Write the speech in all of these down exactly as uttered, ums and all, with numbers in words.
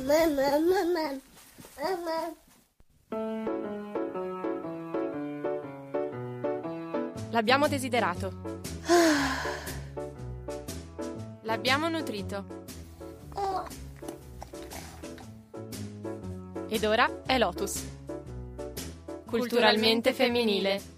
L'abbiamo desiderato. L'abbiamo nutrito. Ed ora è Lotus. Culturalmente femminile.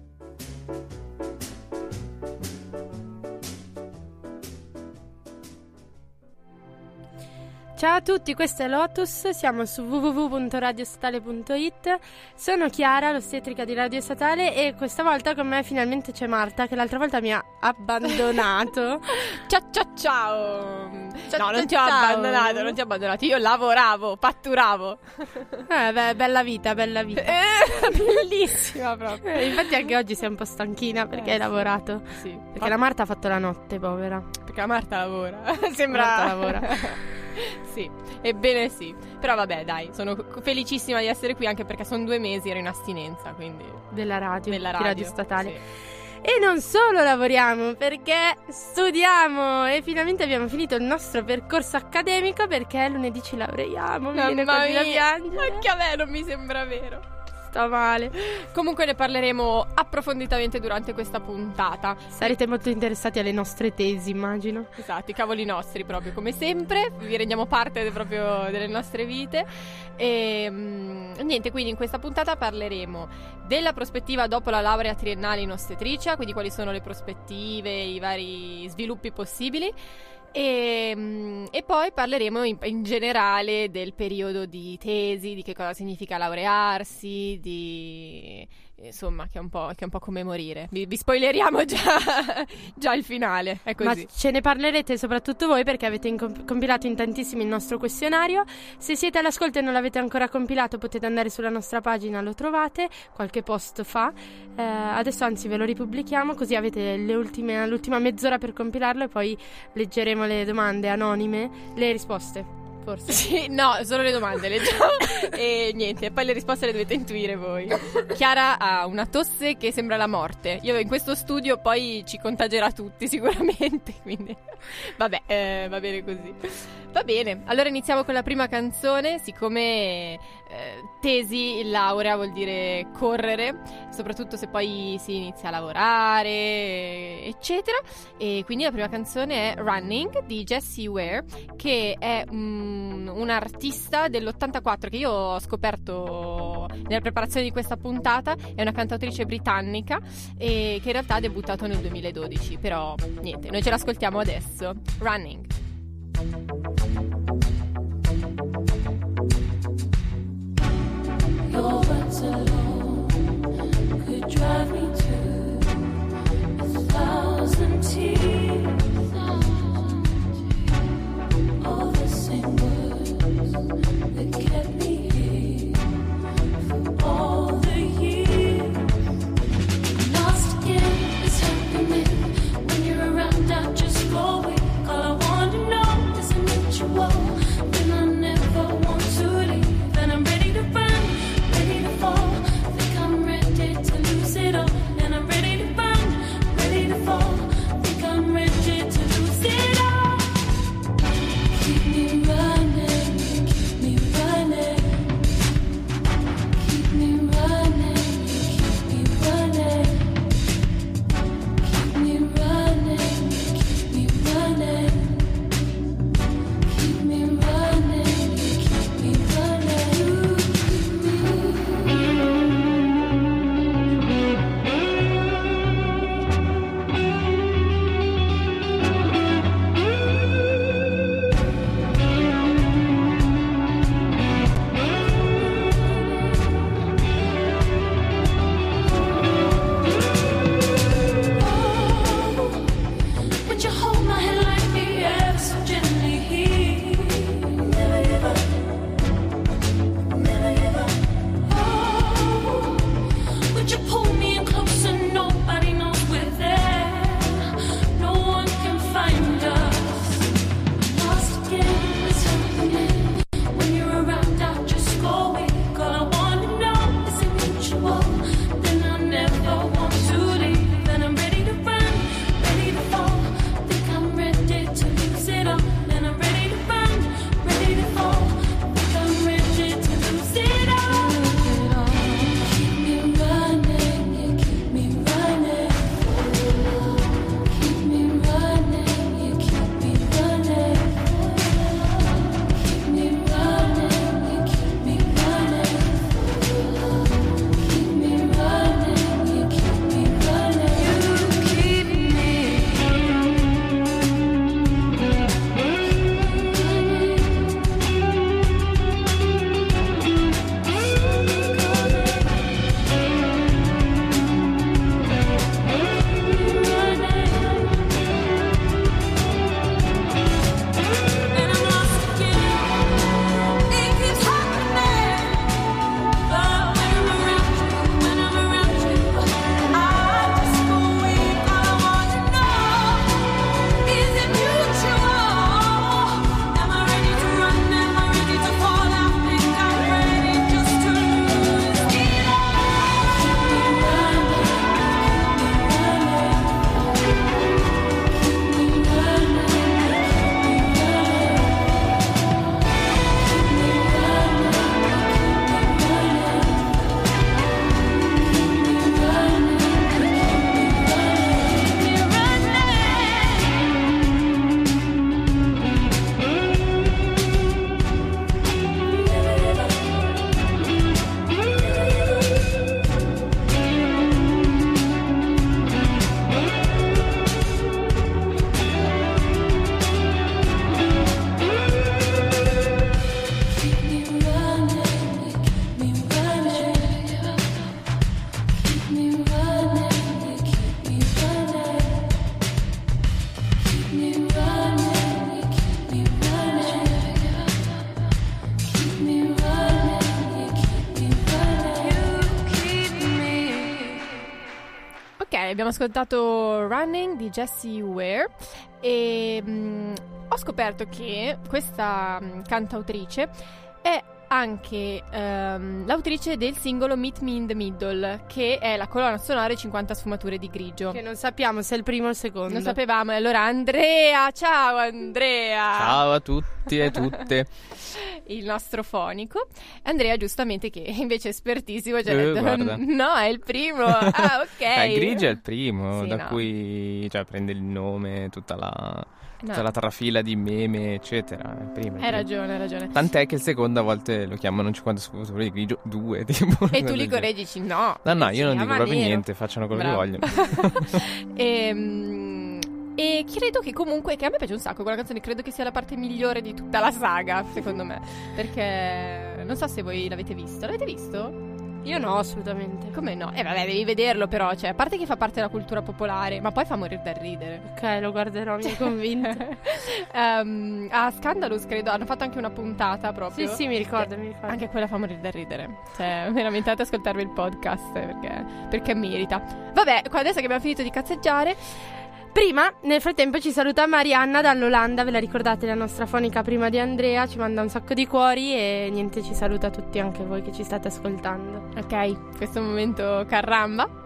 Ciao a tutti, questo è Lotus, siamo su w w w punto radio statale punto i t. Sono Chiara, l'ostetrica di Radio Statale, e questa volta con me finalmente c'è Marta, che l'altra volta mi ha abbandonato. Ciao ciao ciao. Ciao, no, non ciao, ti ho ciao. abbandonato, non ti ho abbandonato. Io lavoravo, fatturavo. Eh beh, bella vita, bella vita. Eh, bellissima proprio. Eh, infatti anche oggi sei un po' stanchina perché Eh, hai sì. lavorato. Sì, Perché la Marta ha fatto la notte, povera. perché la Marta lavora. Sembra Marta lavora. Sì, ebbene sì. Però vabbè, dai, sono felicissima di essere qui, anche perché sono due mesi, ero in astinenza, quindi Della radio, della di radio, Radio Statale. sì. E non solo lavoriamo, perché studiamo e finalmente abbiamo finito il nostro percorso accademico, perché lunedì ci laureiamo. Mi viene Mamma quasi da mia, piangere. anche a me non mi sembra vero. Sto male. Comunque ne parleremo approfonditamente durante questa puntata. Sarete molto interessati alle nostre tesi, immagino. Esatto, i cavoli nostri proprio, come sempre. Vi rendiamo parte de- proprio delle nostre vite. E mm, niente, quindi in questa puntata parleremo della prospettiva dopo la laurea triennale in ostetricia, quindi quali sono le prospettive, i vari sviluppi possibili. E, mm, e poi parleremo in, in generale del periodo di tesi, di che cosa significa laurearsi, di insomma, che è un po', che è un po' come morire. Vi, vi spoileriamo già, già il finale, è così. Ma ce ne parlerete soprattutto voi, perché avete incom- compilato in tantissimi il nostro questionario. Se siete all'ascolto e non l'avete ancora compilato, potete andare sulla nostra pagina, lo trovate qualche post fa. Eh, adesso anzi ve lo ripubblichiamo, così avete le ultime, l'ultima mezz'ora per compilarlo, e poi leggeremo le domande anonime, le risposte. Forse. Sì, no, solo le domande leggiamo e niente, poi le risposte le dovete intuire voi. Chiara ha una tosse che sembra la morte. Io in questo studio poi ci contagierà tutti sicuramente, quindi vabbè, eh, va bene così. Va bene, allora iniziamo con la prima canzone. Siccome eh, tesi, laurea vuol dire correre, soprattutto se poi si inizia a lavorare, eccetera. E quindi la prima canzone è Running di Jessie Ware, che è um, un artista dell'ottantaquattro che io ho scoperto nella preparazione di questa puntata. È una cantautrice britannica e che in realtà ha debuttato nel duemiladodici. Però niente, noi ce l'ascoltiamo adesso. Running. Your words alone could drive me to a thousand tears. All the same words that kept me here for all the years. Lost again is happening when you're around. I just go away. All I want to know is abbiamo ascoltato Running di Jessie Ware e mh, ho scoperto che questa mh, cantautrice è anche ehm, l'autrice del singolo Meet Me in the Middle, che è la colonna sonora di cinquanta sfumature di grigio. Che non sappiamo se è il primo o il secondo. Non sapevamo. E allora Andrea, ciao Andrea. Ciao a tutti e tutte. Il nostro fonico Andrea, giustamente, che invece è espertissimo, ci ha Eh, detto guarda. no, è il primo. Ah, ok. Eh, il grigio è il primo, Sì, da no. cui cioè, prende il nome, tutta la, tutta No. la trafila di meme, eccetera. È il primo, il Hai primo. ragione, hai ragione. Tant'è che il secondo a volte lo chiamano cinquanta sfumature di grigio, due, tipo. E tu li correggi, dici no. No, no, io non si dico chiama proprio nero. niente, facciano quello Bravo. che vogliono. Ehm, E credo che comunque, che a me piace un sacco quella canzone, credo che sia la parte migliore di tutta la saga, secondo me. Perché non so se voi l'avete visto. L'avete visto? Io no, assolutamente. Come no? Eh vabbè, devi vederlo però, cioè, a parte che fa parte della cultura popolare, ma poi fa morire dal ridere. Ok, lo guarderò, mi hai convinto. Ehm, a Scandalous credo hanno fatto anche una puntata proprio. Sì, sì, mi ricordo, Eh, mi ricordo. Anche quella fa morire da ridere. Cioè, veramente andate ad ascoltarvi il podcast perché, perché merita. Vabbè, qua adesso che abbiamo finito di cazzeggiare, Prima, nel frattempo, ci saluta Marianna dall'Olanda. Ve la ricordate, la nostra fonica prima di Andrea? Ci manda un sacco di cuori e niente, ci saluta tutti, anche voi che ci state ascoltando. ok, questo momento caramba.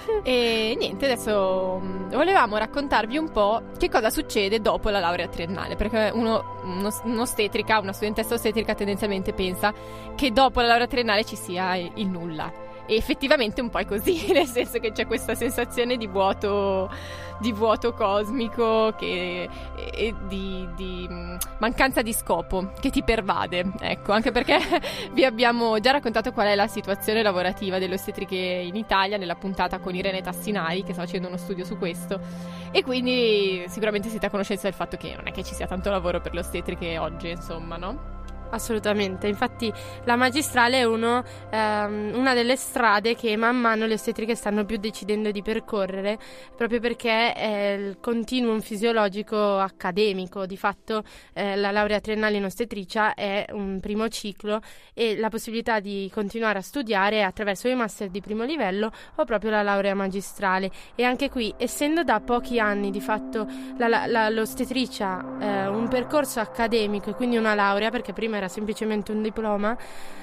E niente, adesso mh, volevamo raccontarvi un po' che cosa succede dopo la laurea triennale, perché uno, uno, un'ostetrica, una studentessa ostetrica tendenzialmente pensa che dopo la laurea triennale ci sia il, il nulla. E effettivamente un po' è così, nel senso che c'è questa sensazione di vuoto, di vuoto cosmico che, e, e di, di mh, mancanza di scopo che ti pervade, ecco, anche perché vi abbiamo già raccontato qual è la situazione lavorativa delle ostetriche in Italia nella puntata con Irene Tassinari, che sta facendo uno studio su questo, e quindi sicuramente siete a conoscenza del fatto che non è che ci sia tanto lavoro per le ostetriche oggi, insomma, no? Assolutamente, infatti la magistrale è uno, ehm, una delle strade che man mano le ostetriche stanno più decidendo di percorrere, proprio perché è il continuum fisiologico accademico. Di fatto eh, la laurea triennale in ostetricia è un primo ciclo e la possibilità di continuare a studiare attraverso i master di primo livello o proprio la laurea magistrale. E anche qui, essendo da pochi anni di fatto la, la, la, l'ostetricia eh, un percorso accademico e quindi una laurea, perché prima era semplicemente un diploma,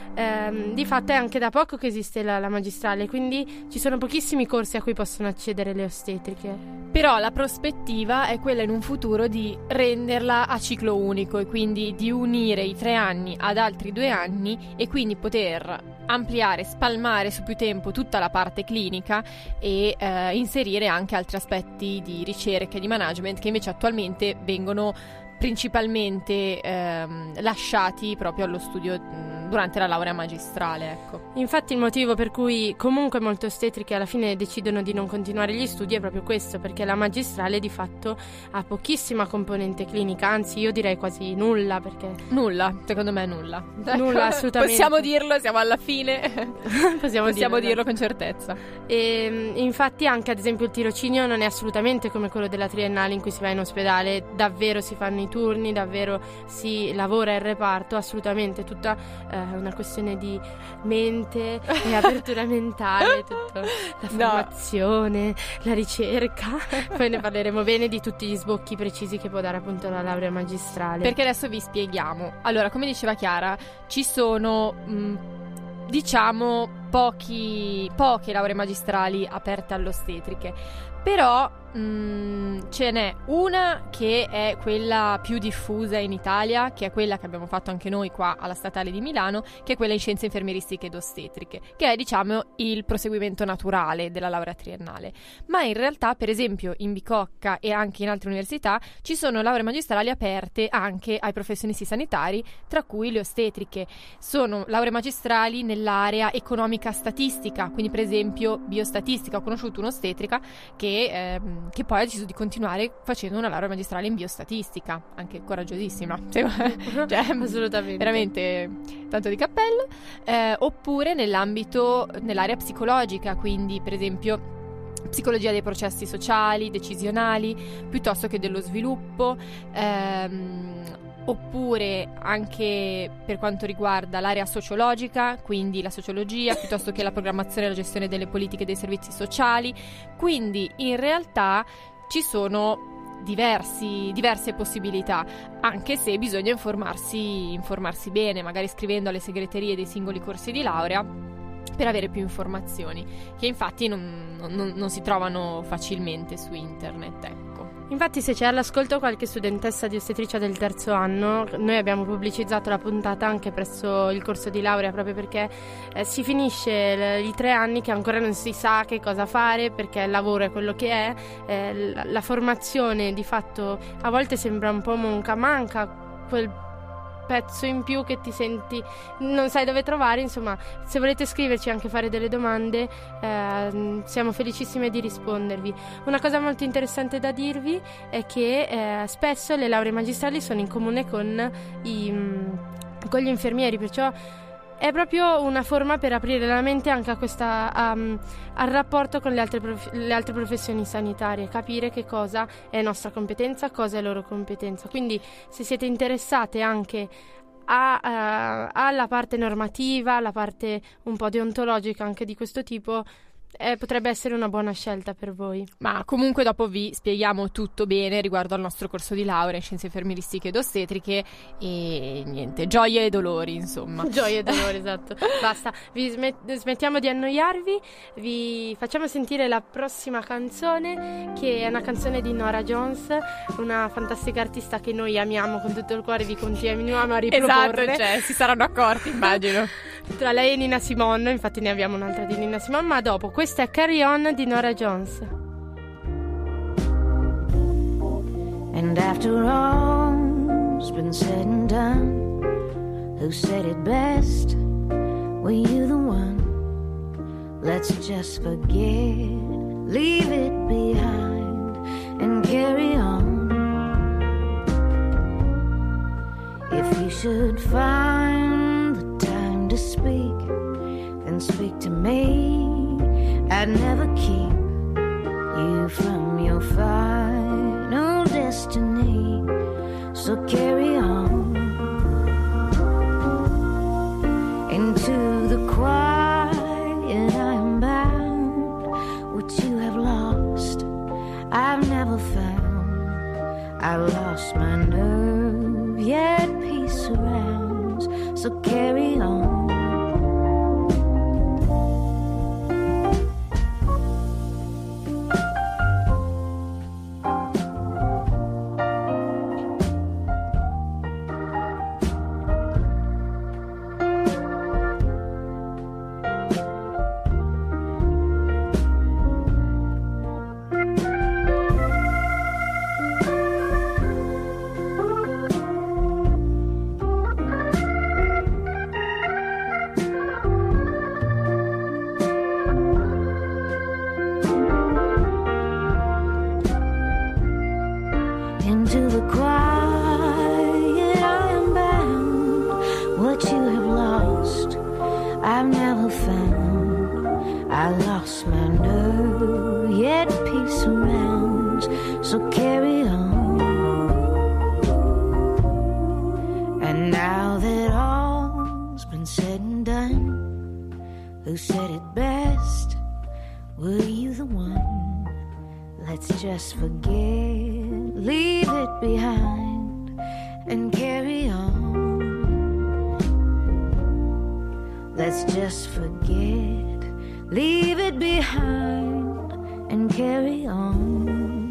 ehm, di fatto è anche da poco che esiste la, la magistrale, quindi ci sono pochissimi corsi a cui possono accedere le ostetriche. Però la prospettiva è quella in un futuro di renderla a ciclo unico e quindi di unire i tre anni ad altri due anni e quindi poter ampliare, spalmare su più tempo tutta la parte clinica e eh, inserire anche altri aspetti di ricerca e di management che invece attualmente vengono principalmente ehm, lasciati proprio allo studio mh, durante la laurea magistrale, ecco. Infatti il motivo per cui comunque molte ostetriche alla fine decidono di non continuare gli studi è proprio questo, perché la magistrale di fatto ha pochissima componente clinica, anzi io direi quasi nulla, perché Nulla, secondo me nulla. Nulla, assolutamente. Possiamo dirlo, siamo alla fine. possiamo, Possiamo dirlo, dirlo con certezza. E, infatti anche ad esempio il tirocinio non è assolutamente come quello della triennale in cui si va in ospedale, davvero si fanno i turni, davvero si lavora il reparto, assolutamente tutta eh, una questione di mente e apertura mentale, tutta la formazione, la ricerca. Poi ne parleremo bene di tutti gli sbocchi precisi che può dare appunto la laurea magistrale. Perché adesso vi spieghiamo. Allora, come diceva Chiara, ci sono mh, diciamo pochi, poche lauree magistrali aperte all'ostetriche, però mh, ce n'è una che è quella più diffusa in Italia, che è quella che abbiamo fatto anche noi qua alla Statale di Milano, che è quella in scienze infermieristiche ed ostetriche, che è diciamo il proseguimento naturale della laurea triennale. Ma in realtà, per esempio, in Bicocca e anche in altre università ci sono lauree magistrali aperte anche ai professionisti sanitari, tra cui le ostetriche. Sono lauree magistrali nell'area economica statistica, quindi per esempio biostatistica. Ho conosciuto un'ostetrica che, ehm, che poi ha deciso di continuare facendo una laurea magistrale in biostatistica, anche coraggiosissima, cioè, assolutamente, veramente tanto di cappello. Eh, oppure nell'ambito, nell'area psicologica, quindi per esempio psicologia dei processi sociali, decisionali, piuttosto che dello sviluppo, ehm, oppure anche per quanto riguarda l'area sociologica, quindi la sociologia, piuttosto che la programmazione e la gestione delle politiche e dei servizi sociali. Quindi in realtà ci sono diversi, diverse possibilità, anche se bisogna informarsi, informarsi bene, magari scrivendo alle segreterie dei singoli corsi di laurea per avere più informazioni, che infatti non, non, non si trovano facilmente su internet, ecco. Infatti, se c'è all'ascolto qualche studentessa di ostetricia del terzo anno, noi abbiamo pubblicizzato la puntata anche presso il corso di laurea, proprio perché eh, si finisce l- i tre anni che ancora non si sa che cosa fare, perché il lavoro è quello che è, eh, la, la formazione di fatto a volte sembra un po' monca, manca quel pezzo in più che ti senti, non sai dove trovare. Insomma, se volete scriverci e anche fare delle domande, eh, siamo felicissime di rispondervi. Una cosa molto interessante da dirvi è che eh, spesso le lauree magistrali sono in comune con, i, con gli infermieri, perciò è proprio una forma per aprire la mente anche a questa, um, al rapporto con le altre, prof- le altre professioni sanitarie, capire che cosa è nostra competenza, cosa è loro competenza. Quindi se siete interessate anche a, uh, alla parte normativa, alla parte un po' deontologica anche di questo tipo, Eh, potrebbe essere una buona scelta per voi. Ma comunque dopo vi spieghiamo tutto bene riguardo al nostro corso di laurea in scienze infermieristiche ed ostetriche e niente, gioie e dolori, insomma. Gioie e dolori, esatto. Basta, vi smet- smettiamo di annoiarvi, vi facciamo sentire la prossima canzone, che è una canzone di Norah Jones, una fantastica artista che noi amiamo con tutto il cuore, vi continuiamo a riproporre. Esatto, cioè, si saranno accorti, immagino. Tra lei e Nina Simone, infatti ne abbiamo un'altra di Nina Simone, ma dopo. Questa è Carry On di Norah Jones. And after all's been said and done, who said it best? Were you the one? Let's just forget, leave it behind and carry on. If you should find the time to speak, then speak to me. I'd never keep you from your final destiny, so carry on into the quiet. I am bound. What you have lost, I've never found. I lost my nerve, yet peace surrounds, so carry on. Into the quiet I am bound. What you have lost, I've never found. I lost my nerve, yet peace surrounds, so carry on. And now that all's been said and done, who said it best? Were you the one? Let's just forget, leave it behind and carry on. Let's just forget, leave it behind and carry on.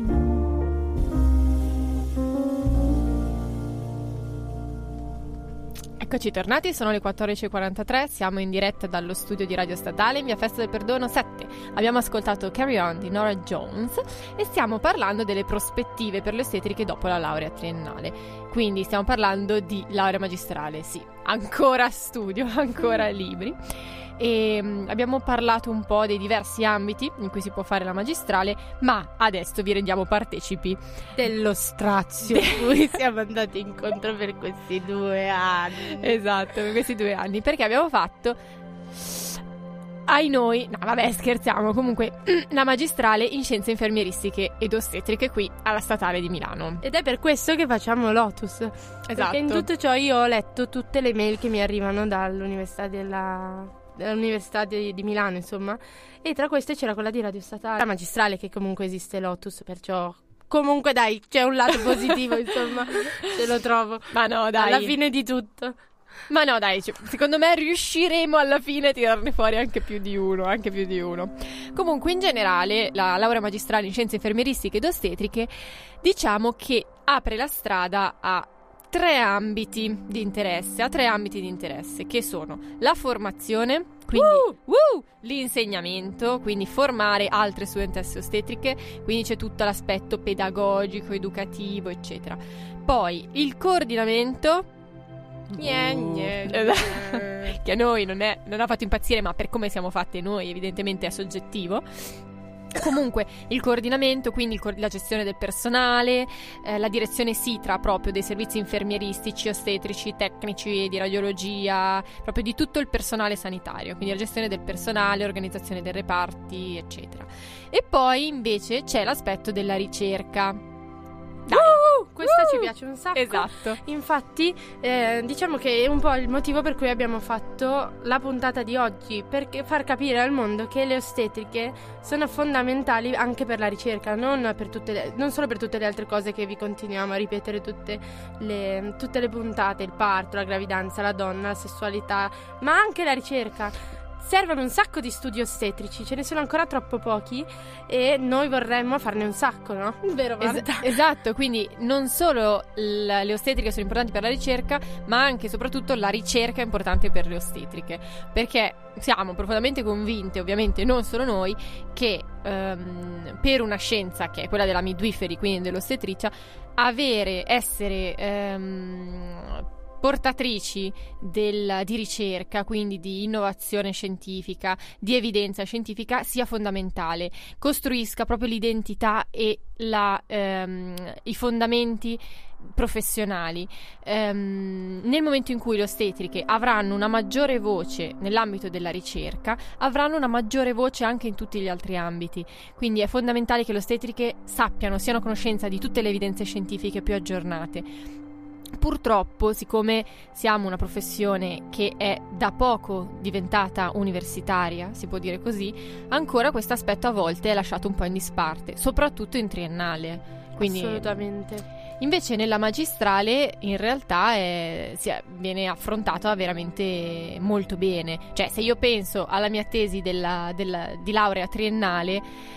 Eccoci tornati, sono le quattordici e quarantatré, siamo in diretta dallo studio di Radio Statale in via Festa del Perdono sette. Abbiamo ascoltato Carry On di Norah Jones e stiamo parlando delle prospettive per le ostetriche dopo la laurea triennale. Quindi stiamo parlando di laurea magistrale, sì, ancora studio, ancora libri. E um, abbiamo parlato un po' dei diversi ambiti in cui si può fare la magistrale, ma adesso vi rendiamo partecipi dello strazio a cui siamo andati incontro per questi due anni. Esatto, per questi due anni, perché abbiamo fatto ai noi, no vabbè scherziamo, comunque la magistrale in scienze infermieristiche ed ostetriche qui alla Statale di Milano. Ed è per questo che facciamo Lotus. Esatto. Perché in tutto ciò io ho letto tutte le mail che mi arrivano dall'università della... dall'università di, di Milano, insomma, e tra queste c'era quella di Radio Statale, la magistrale, che comunque esiste Lotus, perciò comunque dai, c'è un lato positivo, insomma, ce lo trovo. Ma no dai, alla fine di tutto. Ma no dai, cioè, secondo me riusciremo alla fine a tirarne fuori anche più di uno, anche più di uno. Comunque in generale la laurea magistrale in scienze infermieristiche ed ostetriche diciamo che apre la strada a tre ambiti di interesse, a tre ambiti di interesse che sono la formazione, quindi uh! uh, l'insegnamento, quindi formare altre studentesse ostetriche, quindi c'è tutto l'aspetto pedagogico, educativo, eccetera. Poi il coordinamento, Gne, gne, che a noi non, è, non ha fatto impazzire, ma per come siamo fatte noi evidentemente è soggettivo. Comunque il coordinamento, quindi il co- la gestione del personale, eh, la direzione SITRA proprio dei servizi infermieristici, ostetrici, tecnici, di radiologia, proprio di tutto il personale sanitario, quindi la gestione del personale, organizzazione dei reparti, eccetera. E poi invece c'è l'aspetto della ricerca. Dai. Uh, questa Uh! ci piace un sacco. Esatto. Infatti, eh, diciamo che è un po' il motivo per cui abbiamo fatto la puntata di oggi, per far capire al mondo che le ostetriche sono fondamentali anche per la ricerca, non, per tutte le, non solo per tutte le altre cose che vi continuiamo a ripetere tutte le, tutte le puntate, il parto, la gravidanza, la donna, la sessualità, ma anche la ricerca. Servono un sacco di studi ostetrici, ce ne sono ancora troppo pochi e noi vorremmo farne un sacco, no? Vero, Marta? Es- esatto, quindi non solo l- le ostetriche sono importanti per la ricerca, ma anche e soprattutto la ricerca è importante per le ostetriche, perché siamo profondamente convinte, ovviamente non solo noi, che ehm, per una scienza che è quella della midwifery, quindi dell'ostetricia, avere, essere... Ehm, portatrici del, di ricerca, quindi di innovazione scientifica, di evidenza scientifica, sia fondamentale, costruisca proprio l'identità e la, ehm, i fondamenti professionali. Ehm, nel momento in cui le ostetriche avranno una maggiore voce nell'ambito della ricerca, avranno una maggiore voce anche in tutti gli altri ambiti, quindi è fondamentale che le ostetriche sappiano, siano a conoscenza di tutte le evidenze scientifiche più aggiornate. Purtroppo, siccome siamo una professione che è da poco diventata universitaria, si può dire così, ancora questo aspetto a volte è lasciato un po' in disparte, soprattutto in triennale. Quindi, assolutamente. Invece nella magistrale in realtà è, si è, viene affrontata veramente molto bene. Cioè, se io penso alla mia tesi della, della, di laurea triennale,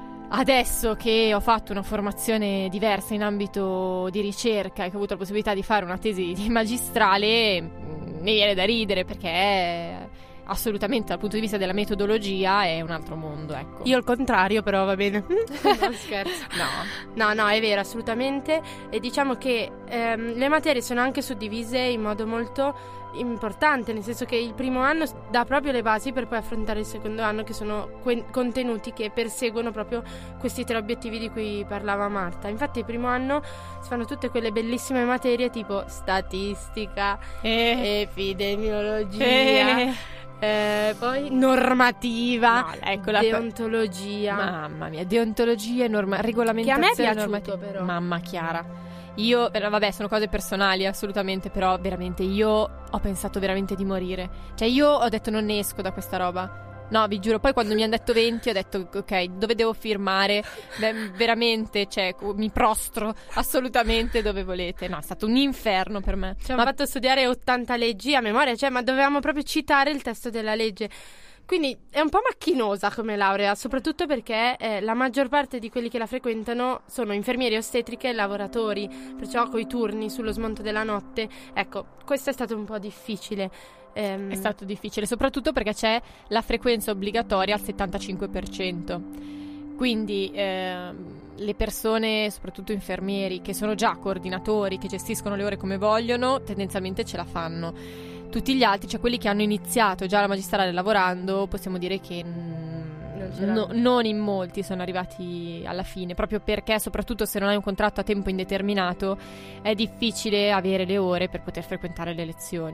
adesso che ho fatto una formazione diversa in ambito di ricerca e che ho avuto la possibilità di fare una tesi di magistrale, mi viene da ridere, perché è assolutamente dal punto di vista della metodologia è un altro mondo, ecco. Io il contrario, però va bene. No, scherzo. No. No, no, è vero, assolutamente. E diciamo che ehm, le materie sono anche suddivise in modo molto importante, nel senso che il primo anno dà proprio le basi per poi affrontare il secondo anno, che sono que- contenuti che perseguono proprio questi tre obiettivi di cui parlava Marta. Infatti il primo anno si fanno tutte quelle bellissime materie tipo statistica, Eh. epidemiologia, Eh. eh, poi normativa, No, ecco la- deontologia. Mamma mia, deontologia e norma- regolamentazione. Che a me è piaciuto, normativa. però. Mamma Chiara. Io, eh, vabbè, sono cose personali assolutamente, però veramente io ho pensato veramente di morire. Cioè io ho detto non ne esco da questa roba. No, vi giuro, poi quando mi hanno detto venti ho detto ok, dove devo firmare? Beh, veramente, cioè, mi prostro assolutamente dove volete. No, è stato un inferno per me. Ci hanno fatto studiare ottanta leggi a memoria, cioè, ma dovevamo proprio citare il testo della legge. Quindi è un po' macchinosa come laurea, soprattutto perché eh, la maggior parte di quelli che la frequentano sono infermieri, ostetriche e lavoratori, perciò coi turni sullo smonto della notte. Ecco, questo è stato un po' difficile. Ehm... È stato difficile, soprattutto perché c'è la frequenza obbligatoria al settantacinque per cento. Quindi ehm, le persone, soprattutto infermieri, che sono già coordinatori, che gestiscono le ore come vogliono, tendenzialmente ce la fanno. Tutti gli altri, cioè quelli che hanno iniziato già la magistrale lavorando, possiamo dire che Non ce no, l'hanno. non in molti sono arrivati alla fine, proprio perché soprattutto se non hai un contratto a tempo indeterminato è difficile avere le ore per poter frequentare le lezioni.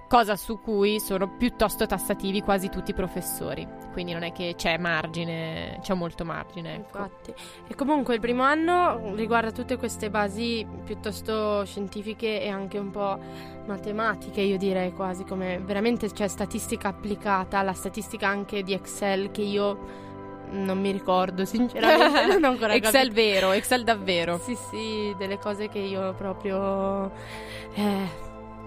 cosa su cui sono piuttosto tassativi quasi tutti i professori, quindi non è che c'è margine, c'è molto margine, ecco. Infatti. E comunque il primo anno riguarda tutte queste basi piuttosto scientifiche e anche un po' matematiche, io direi, quasi come veramente c'è statistica applicata, la statistica anche di Excel che io non mi ricordo sinceramente, non ho ancora Excel capito. vero, Excel davvero. Sì, sì, delle cose che io proprio eh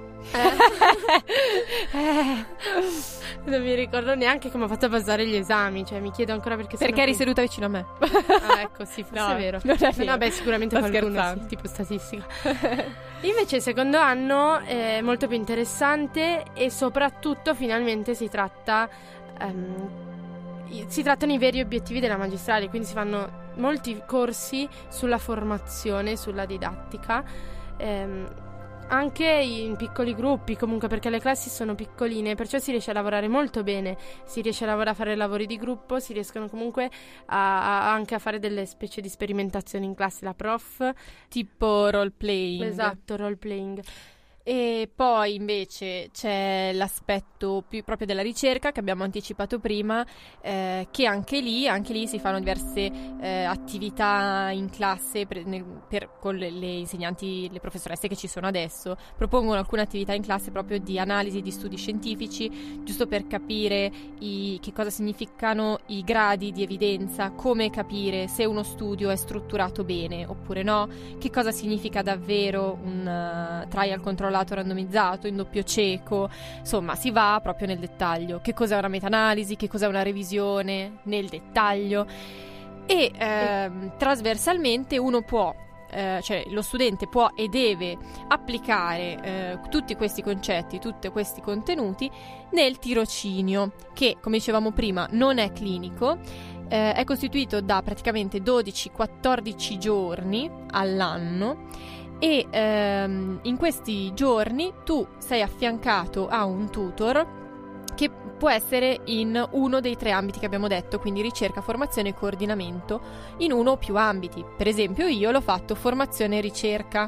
Eh, non mi ricordo neanche come ho fatto a passare gli esami, cioè mi chiedo ancora perché Perché sono eri qui. seduta vicino a me. Ah, ecco, sì, forse No, è vero. non è vero. No, beh, sicuramente Sto qualcuno scherzando. sì, tipo statistica. Invece il secondo anno è molto più interessante e soprattutto finalmente si tratta ehm, i- si trattano i veri obiettivi della magistrale, quindi si fanno molti corsi sulla formazione, sulla didattica, ehm, anche in piccoli gruppi comunque, perché le classi sono piccoline, perciò si riesce a lavorare molto bene, si riesce a lavorare a fare lavori di gruppo, si riescono comunque a, a- anche a fare delle specie di sperimentazioni in classe, la prof, Tipo role playing. esatto, role playing. E poi invece c'è l'aspetto più proprio della ricerca che abbiamo anticipato prima, eh, che anche lì, anche lì si fanno diverse eh, attività in classe per, nel- per- con le, le insegnanti, le professoresse che ci sono adesso, propongono alcune attività in classe proprio di analisi di studi scientifici, giusto per capire i, che cosa significano i gradi di evidenza, come capire se uno studio è strutturato bene oppure no, che cosa significa davvero un uh, trial controllato randomizzato in doppio cieco, insomma si va proprio nel dettaglio, che cos'è una meta-analisi, che cos'è una revisione nel dettaglio e ehm, trasversalmente uno può eh, cioè lo studente può e deve applicare eh, tutti questi concetti, tutti questi contenuti nel tirocinio, che come dicevamo prima non è clinico, eh, è costituito da praticamente dodici quattordici giorni all'anno e ehm, in questi giorni tu sei affiancato a un tutor che può essere in uno dei tre ambiti che abbiamo detto, quindi ricerca, formazione e coordinamento, in uno o più ambiti. Per esempio io l'ho fatto formazione e ricerca.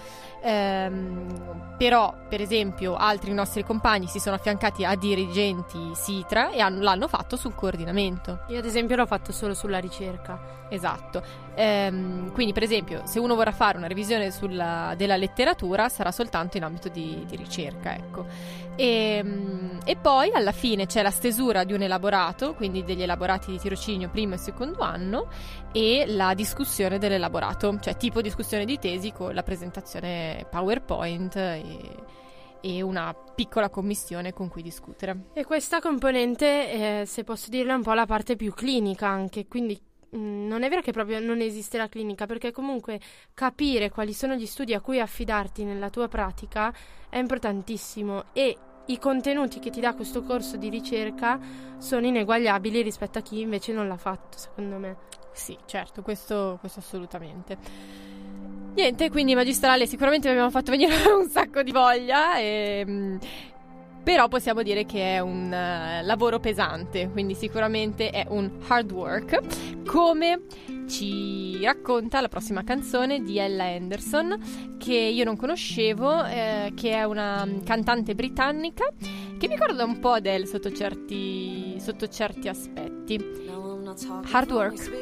Ehm, però per esempio altri nostri compagni si sono affiancati a dirigenti SITRA e hanno, l'hanno fatto sul coordinamento. Io ad esempio l'ho fatto solo sulla ricerca. Esatto. Ehm, quindi per esempio se uno vorrà fare una revisione sulla, della letteratura sarà soltanto in ambito di, di ricerca, ecco. E, e poi alla fine c'è la stesura di un elaborato, quindi degli elaborati di tirocinio primo e secondo anno, e la discussione dell'elaborato, cioè tipo discussione di tesi con la presentazione PowerPoint e, e una piccola commissione con cui discutere. E questa componente, eh, se posso dirla, è un po' la parte più clinica anche, quindi mh, non è vero che proprio non esiste la clinica, perché comunque capire quali sono gli studi a cui affidarti nella tua pratica è importantissimo e i contenuti che ti dà questo corso di ricerca sono ineguagliabili rispetto a chi invece non l'ha fatto, secondo me. Sì, certo, questo, questo assolutamente. Niente, quindi magistrale sicuramente mi abbiamo fatto venire un sacco di voglia, e, mh, però possiamo dire che è un uh, lavoro pesante, quindi sicuramente è un hard work, come ci racconta la prossima canzone di Ella Henderson, che io non conoscevo, eh, che è una cantante britannica che mi ricorda un po' Adele sotto certi, sotto certi aspetti. Hard work.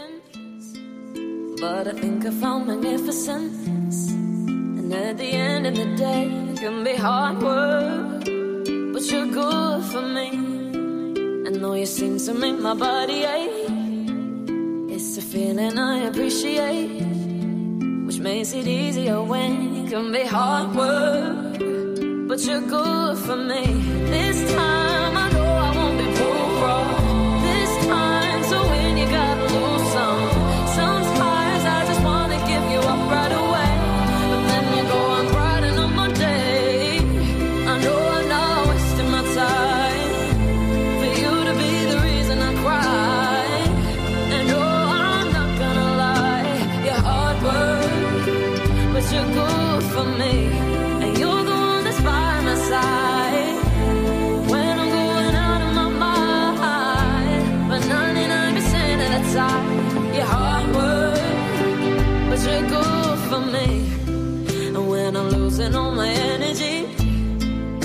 But I think I found magnificence. And at the end of the day, it can be hard work, but you're good for me. And though you seem to make my body ache, it's a feeling I appreciate, which makes it easier when it can be hard work, but you're good for me. This time I know I won't be proved wrong. This time, so when you gotta lose some, sometimes I just wanna give you up right away, but then you go on brighten up my day. I know I'm not wasting my time for you to be the reason I cry. And no, I'm not gonna lie, you're hard work, but you're good for me. And you're the one that's by my side when I'm going out of my mind. But ninety-nine percent of the time, you're hard work, but you're good for me. And when I'm losing all my energy, you're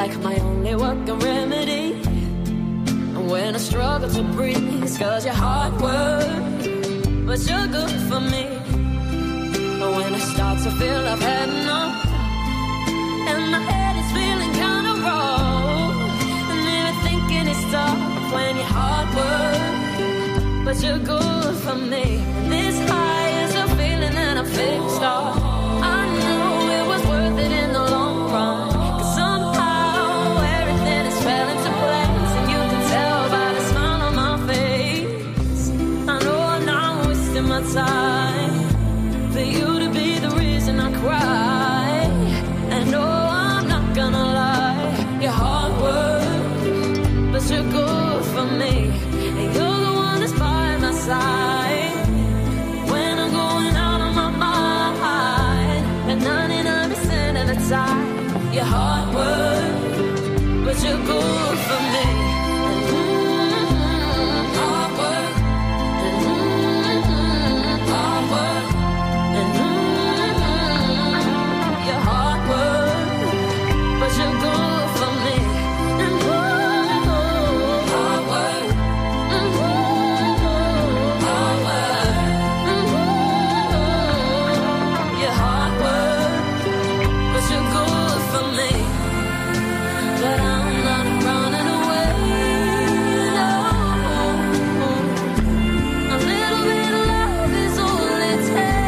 like my only working remedy. And when I struggle to breathe, it's cause you're hard work, but you're good for me. But when I start to feel I've had enough, and my head is feeling kinda raw, and even thinking it's tough when you're hard work, but you're good for me. And this high is a feeling that I'm fixed on. I knew it was worth it in the long run, cause somehow everything has fell into place, and you can tell by the smile on my face. I know I'm not wasting my time for you to be the reason I cry. And no, I'm not gonna lie, you're hard work, but you're good for me. And you're the one that's by my side when I'm going out of my mind. And ninety-nine percent of the time, you're hard work, but you're good for me. And mm-hmm, hard work. And mm-hmm, hard work. And mm-hmm, you're hard work, but you're good for me. And mm-hmm, hard work. Mm-hmm, hard work. Mm-hmm, you're hard work, but you're good for me. But I'm not running away, no. A little bit of love is all it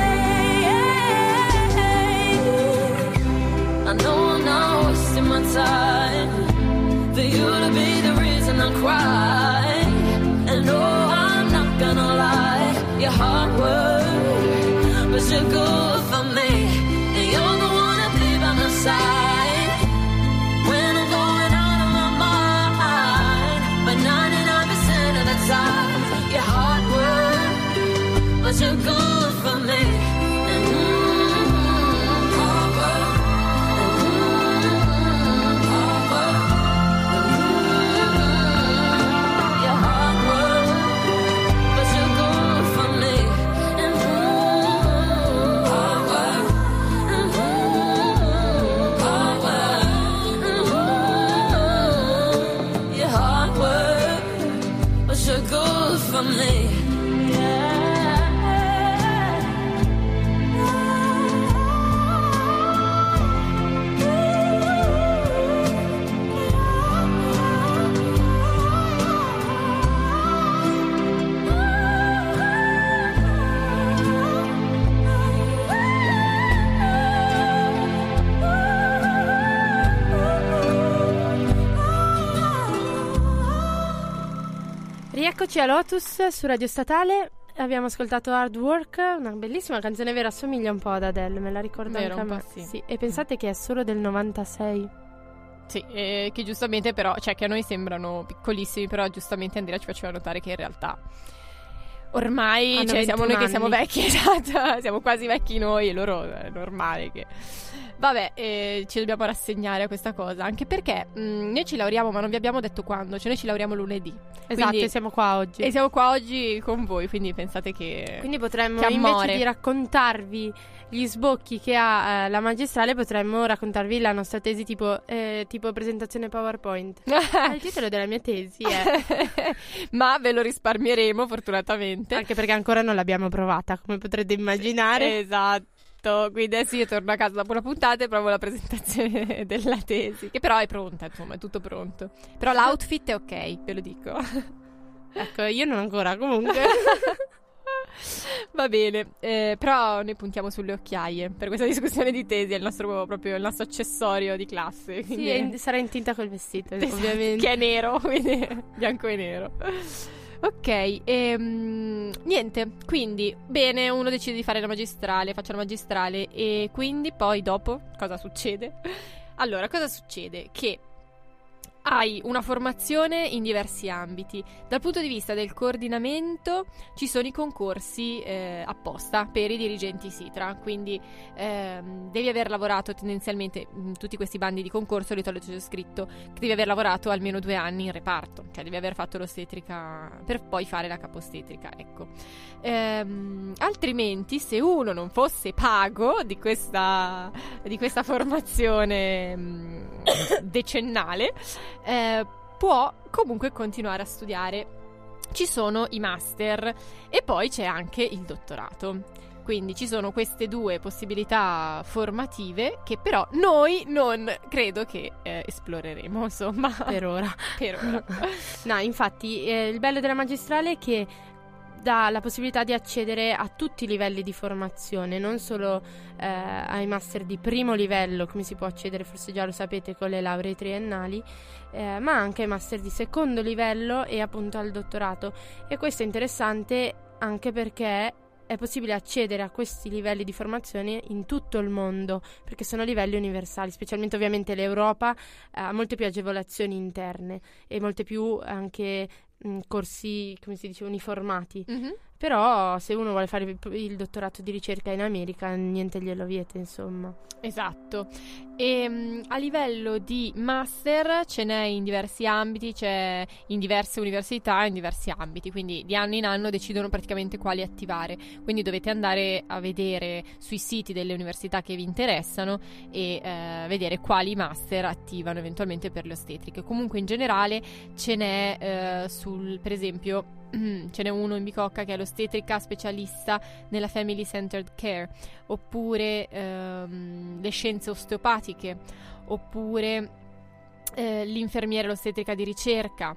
takes. I know I'm not wasting my time for you to be the reason I cry. And no, I'm not gonna lie, you're hard work, but you're good for me. And you're the one that be by my side when I'm going out of my mind. But ninety-nine percent of the time, you're hard work, but you're good for me. And mm-hmm, hard work. And mm-hmm, hard work. And mm-hmm, you're hard work, but you're good for me. And mm-hmm, hard work. And mm-hmm, hard work. And mm-hmm, you're hard work, but you're good for me. Rieccoci a Lotus su Radio Statale. Abbiamo ascoltato Hard Work, una bellissima canzone vera, assomiglia un po' ad Adele, me la ricordo Vero, anche a un me. po' sì. Sì, e pensate che è solo del novantasei. Sì, eh, che giustamente però, cioè che a noi sembrano piccolissimi, però giustamente Andrea ci faceva notare che in realtà ormai, Hanno cioè siamo noi ventuno che siamo anni. vecchi, esatto, siamo quasi vecchi noi e loro è normale che... Vabbè, eh, ci dobbiamo rassegnare a questa cosa, anche perché mh, noi ci laureamo, ma non vi abbiamo detto quando, cioè noi ci laureamo lunedì. Esatto, Quindi- e siamo qua oggi. E siamo qua oggi con voi, quindi pensate che... Quindi potremmo, Che amore. invece di raccontarvi gli sbocchi che ha eh, la magistrale, potremmo raccontarvi la nostra tesi tipo, eh, tipo presentazione PowerPoint. Ah, il titolo della mia tesi è... Ma ve lo risparmieremo fortunatamente. Anche perché ancora non l'abbiamo provata, come potrete immaginare. Esatto. Quindi adesso io torno a casa dopo la puntata e provo la presentazione della tesi, che però è pronta, insomma, è tutto pronto. Però l'outfit è ok, ve lo dico. Ecco, io non ancora, comunque. Va bene, eh, però noi puntiamo sulle occhiaie per questa discussione di tesi, è il nostro, proprio il nostro accessorio di classe. Sì, quindi- è in- sarà in tinta col vestito, Esatto, ovviamente. che è nero, quindi bianco e nero. Ok, ehm, niente, quindi bene, uno decide di fare la magistrale, faccio la magistrale e quindi poi dopo cosa succede? Allora, cosa succede? Che hai una formazione in diversi ambiti. Dal punto di vista del coordinamento ci sono i concorsi eh, apposta per i dirigenti Sitra, quindi ehm, devi aver lavorato tendenzialmente in tutti questi bandi di concorso, di solito c'è scritto che devi aver lavorato almeno due anni in reparto, cioè devi aver fatto l'ostetrica per poi fare la capostetrica, ecco. Ehm, altrimenti, se uno non fosse pago di questa, di questa formazione mh, decennale, Eh, può comunque continuare a studiare. Ci sono i master e poi c'è anche il dottorato. Quindi ci sono queste due possibilità formative che però noi non credo che eh, esploreremo, insomma, Per ora. per ora. No, infatti, eh, il bello della magistrale è che dà la possibilità di accedere a tutti i livelli di formazione, non solo eh, ai master di primo livello, come si può accedere, forse già lo sapete, con le lauree triennali, eh, ma anche ai master di secondo livello e appunto al dottorato. E questo è interessante anche perché è possibile accedere a questi livelli di formazione in tutto il mondo, perché sono livelli universali, specialmente ovviamente l'Europa ha molte più agevolazioni interne e molte più anche mh, corsi, come si dice, uniformati. Mm-hmm. Però se uno vuole fare il, il dottorato di ricerca in America, niente glielo vieta, insomma. Esatto. E mh, a livello di master ce n'è in diversi ambiti, c'è in diverse università, in diversi ambiti, quindi di anno in anno decidono praticamente quali attivare, quindi dovete andare a vedere sui siti delle università che vi interessano e eh, vedere quali master attivano eventualmente per le ostetriche. Comunque in generale ce n'è eh, sul, per esempio ce n'è uno in Bicocca che è l'ostetrica specialista nella Family Centered Care, oppure ehm, le scienze osteopatiche, oppure eh, l'infermiera, l'ostetrica di ricerca,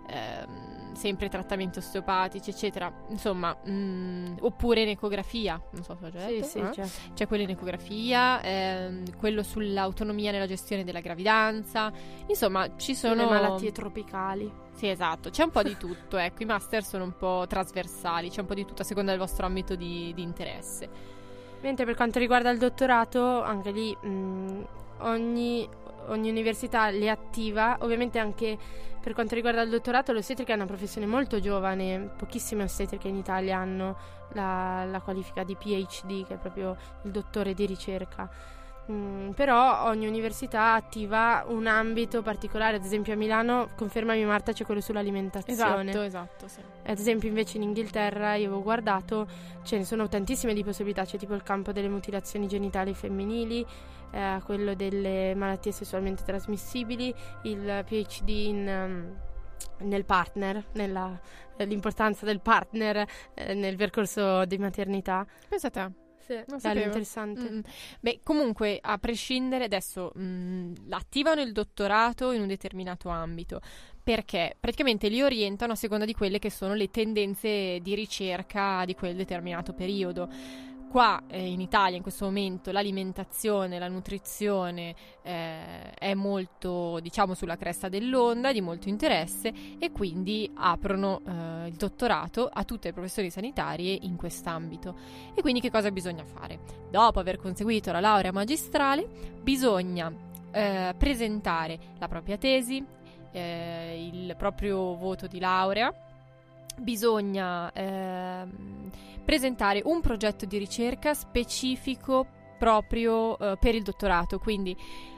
ehm, sempre trattamenti osteopatici, eccetera. Insomma, mh, oppure in ecografia, non so se ho già detto. Sì, sì, eh? c'è. C'è quello in ecografia, ehm, quello sull'autonomia nella gestione della gravidanza. Insomma, ci sono le malattie tropicali. Sì, esatto, c'è un po' di tutto, ecco, i master sono un po' trasversali, c'è un po' di tutto a seconda del vostro ambito di, di interesse. Mentre per quanto riguarda il dottorato, anche lì mh, ogni, ogni università li attiva. Ovviamente anche per quanto riguarda il dottorato, l'ostetrica è una professione molto giovane, pochissime ostetriche in Italia hanno la, la qualifica di P H D, che è proprio il dottore di ricerca. Mm, però ogni università attiva un ambito particolare. Ad esempio a Milano, confermami Marta, c'è quello sull'alimentazione. Esatto, esatto, sì. Ad esempio invece in Inghilterra, io avevo guardato, ce ne sono tantissime di possibilità. C'è tipo il campo delle mutilazioni genitali femminili, eh, quello delle malattie sessualmente trasmissibili, il P H D in, um, nel partner, nella, l'importanza del partner eh, nel percorso di maternità. Pensate a Sì, non bello, sapevo. interessante. Mm. Beh, comunque, a prescindere, adesso mh, attivano il dottorato in un determinato ambito, perché praticamente li orientano a seconda di quelle che sono le tendenze di ricerca di quel determinato periodo. Qua eh, in Italia in questo momento l'alimentazione, la nutrizione eh, è molto, diciamo, sulla cresta dell'onda, di molto interesse, e quindi aprono eh, il dottorato a tutte le professioni sanitarie in quest'ambito. E quindi che cosa bisogna fare? Dopo aver conseguito la laurea magistrale bisogna eh, presentare la propria tesi, eh, il proprio voto di laurea. Bisogna eh, presentare un progetto di ricerca specifico proprio eh, per il dottorato, quindi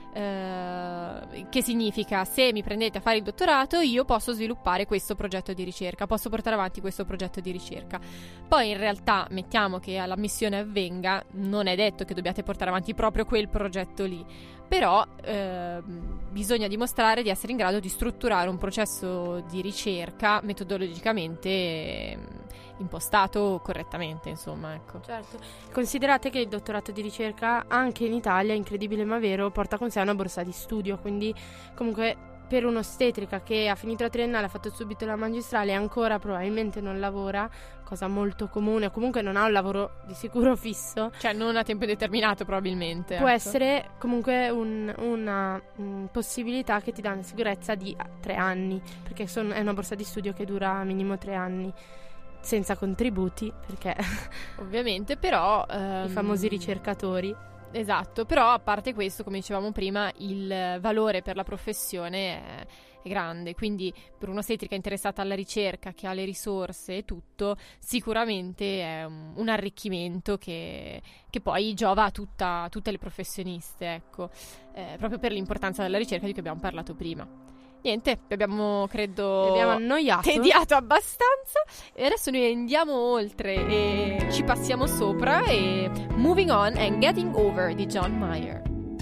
eh, che significa: se mi prendete a fare il dottorato io posso sviluppare questo progetto di ricerca, posso portare avanti questo progetto di ricerca. Poi in realtà, mettiamo che l'ammissione avvenga, non è detto che dobbiate portare avanti proprio quel progetto lì, però eh, bisogna dimostrare di essere in grado di strutturare un processo di ricerca metodologicamente eh, impostato correttamente, insomma, ecco. Certo. Considerate che il dottorato di ricerca anche in Italia, incredibile ma vero, porta con sé una borsa di studio, quindi comunque per un'ostetrica che ha finito la triennale, ha fatto subito la magistrale e ancora probabilmente non lavora, cosa molto comune, o comunque non ha un lavoro di sicuro fisso, cioè non a tempo determinato probabilmente, può ecco. essere comunque un, una um, possibilità che ti dà una sicurezza di tre anni, perché son, è una borsa di studio che dura minimo tre anni, senza contributi, perché ovviamente, però ehm... i famosi ricercatori. Esatto, però a parte questo, come dicevamo prima, il valore per la professione è, è grande, quindi per un'ostetrica interessata alla ricerca, che ha le risorse e tutto, sicuramente è un, un arricchimento che, che poi giova a, tutta, a tutte le professioniste, ecco, eh, proprio per l'importanza della ricerca di cui abbiamo parlato prima. Niente, vi abbiamo, credo, Vi abbiamo annoiato. tediato abbastanza e adesso noi andiamo oltre e ci passiamo sopra e Moving On and Getting Over di John Mayer.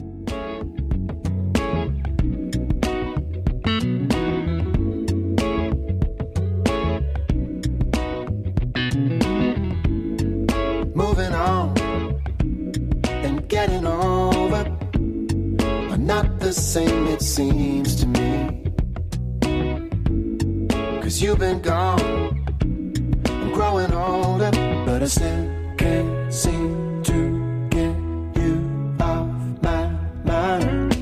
Moving on and getting over are not the same, it seems to me. 'Cause you've been gone, I'm growing older, but I still can't seem to get you off my mind.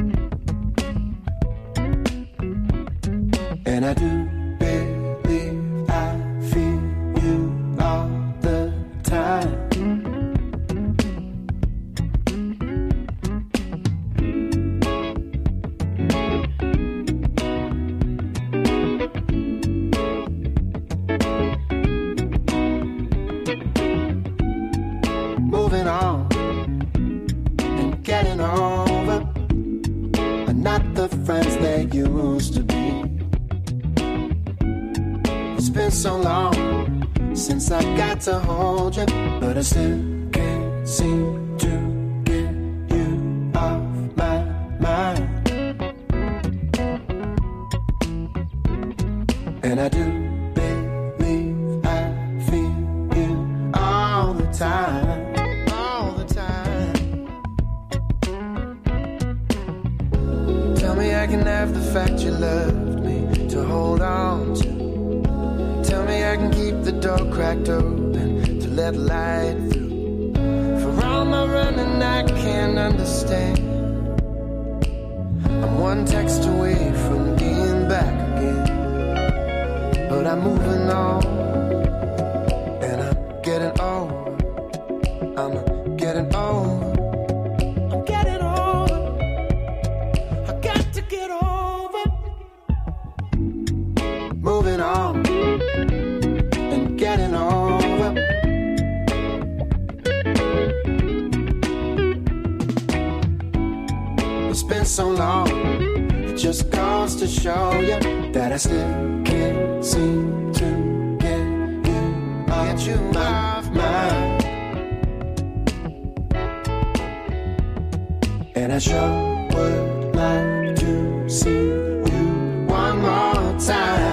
And I do believe I feel you all the time. Moving on and getting over are not the friends they used to be. It's been so long since I got to hold you, but I still can't seem to get you off my mind. And I do believe I feel you all the time. I can have the fact you loved me to hold on to. Tell me I can keep the door cracked open to let light through. For all my running I can't understand. I'm one text away from being back again, but I'm moving on and I'm getting over. I'm getting over. Moving on and getting over. It's been so long, it just goes to show you that I still can't seem to get you off you my mind. And I sure would like to see you one more time.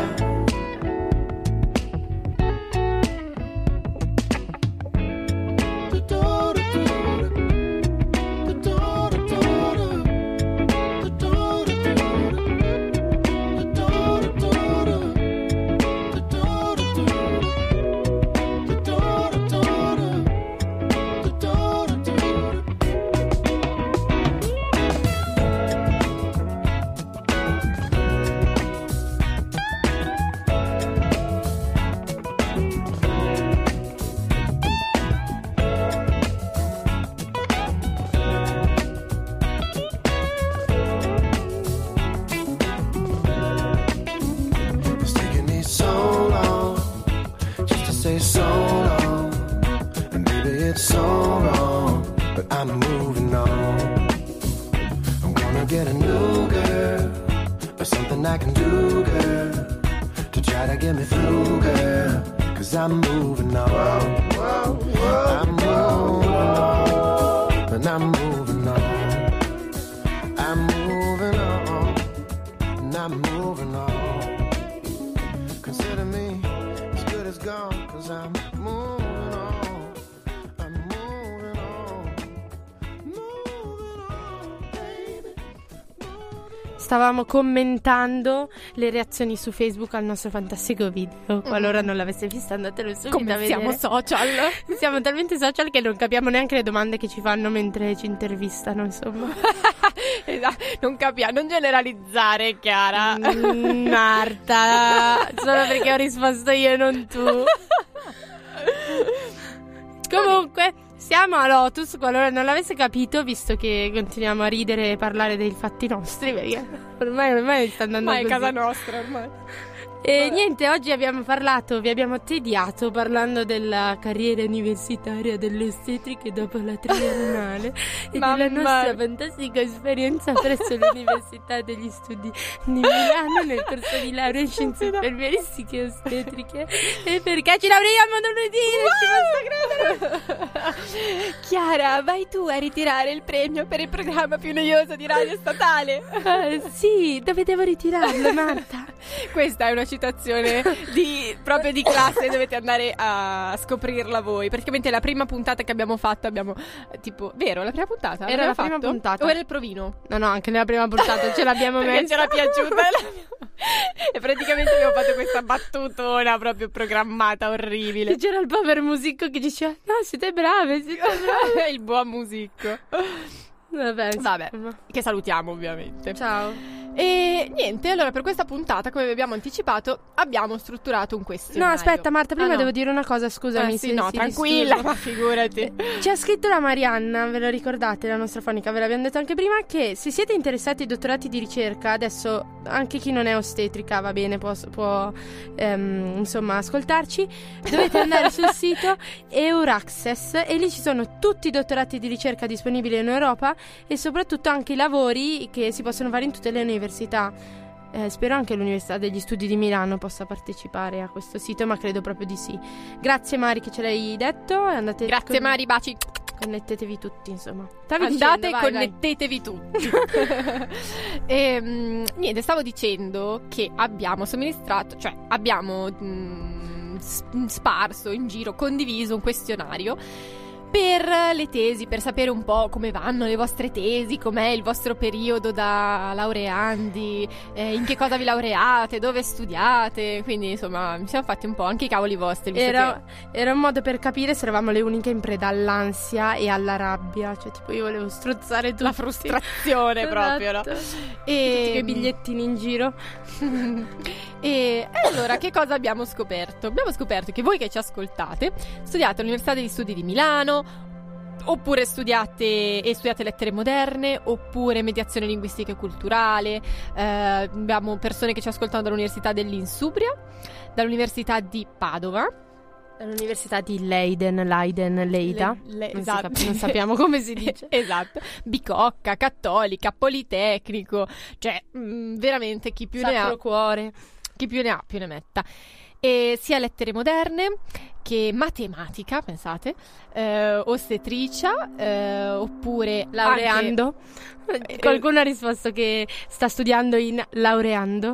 I'm moving on. I'm moving on. And I'm moving on. I'm moving on. And I'm moving on. Consider me as good as gone, 'cause I'm moving on. I'm moving on. Moving on, baby. Stavamo commentando le reazioni su Facebook al nostro fantastico video. Qualora non l'avesse visto, andatelo subito Come a vedere. siamo social. Siamo talmente social che non capiamo neanche le domande che ci fanno mentre ci intervistano, insomma. Esatto, non capiamo, non generalizzare, Chiara. Mm, Marta, solo perché ho risposto io e non tu. Comunque, Siamo a Lotus, qualora non l'avesse capito, visto che continuiamo a ridere e parlare dei fatti nostri, perché ormai, ormai sta andando Ma è così. casa nostra ormai. E Vabbè. niente, oggi abbiamo parlato, vi abbiamo tediato parlando della carriera universitaria delle ostetriche dopo la triennale e Mamma della nostra mia. fantastica esperienza presso l'Università degli Studi di Milano nel corso di laurea in scienze infermieristiche e ostetriche. E perché ci laureiamo lunedì, non ci posso credere! Chiara, vai tu a ritirare il premio per il programma più noioso di radio statale. Eh, sì, dove devo ritirarlo, Marta? Questa è una citazione di, proprio di classe, dovete andare a scoprirla voi. Praticamente la prima puntata che abbiamo fatto abbiamo eh, tipo, vero, la prima puntata? Era L'abbiamo la prima fatto? puntata. O era il provino? No, no, anche nella prima puntata ce l'abbiamo Perché messa. c'era piaciuta e, l'abbiamo- e praticamente abbiamo fatto questa battutona proprio programmata, orribile. E c'era il povero musicco che diceva: no, siete brave, siete brave. Il buon musicco. Vabbè, Vabbè, insomma. che salutiamo ovviamente. Ciao. E niente, allora per questa puntata, come vi abbiamo anticipato, abbiamo strutturato un No, questionario. aspetta, Marta, prima Ah, no. devo dire una cosa, scusami. Eh, sì, se- no, si tranquilla, disturba. ma figurati. Ci ha scritto la Marianna, ve lo ricordate, la nostra fonica, ve l'abbiamo detto anche prima, che se siete interessati ai dottorati di ricerca, adesso anche chi non è ostetrica va bene, può, può ehm, insomma ascoltarci, dovete andare sul sito Euraccess e lì ci sono tutti i dottorati di ricerca disponibili in Europa e soprattutto anche i lavori che si possono fare in tutte le università. Eh, spero anche l'Università degli Studi di Milano possa partecipare a questo sito, ma credo proprio di sì. Grazie Mari che ce l'hai detto. E andate Grazie con- Mari, baci. Connettetevi tutti, insomma. Stavi Andate dicendo, e vai, vai. connettetevi tutti. e, mm, niente, stavo dicendo che abbiamo somministrato, cioè abbiamo mm, s- sparso in giro, condiviso un questionario per le tesi, per sapere un po' come vanno le vostre tesi, com'è il vostro periodo da laureandi, eh, in che cosa vi laureate, dove studiate. Quindi insomma mi siamo fatti un po' anche i cavoli vostri, visto Era, che- era un modo per capire se eravamo le uniche in preda all'ansia e alla rabbia. Cioè, tipo, io volevo strozzare tutti. la frustrazione proprio, no? Esatto. Tutti E quei bigliettini in giro. E allora che cosa abbiamo scoperto? Abbiamo scoperto che voi che ci ascoltate studiate all'Università degli Studi di Milano, oppure studiate e studiate lettere moderne, oppure mediazione linguistica e culturale. Eh, abbiamo persone che ci ascoltano dall'Università dell'Insubria, dall'Università di Padova. All'Università di Leiden, Leiden, Leida. Le- le- non, si esatto. cap- non sappiamo come si dice. Esatto. Bicocca, Cattolica, Politecnico. Cioè, mh, veramente chi più ne ha, Sacro Cuore. chi più ne ha più ne metta. E sia lettere moderne che matematica, pensate, eh, ostetricia, eh, oppure Laureando. anche- Qualcuno ha risposto che sta studiando in laureando.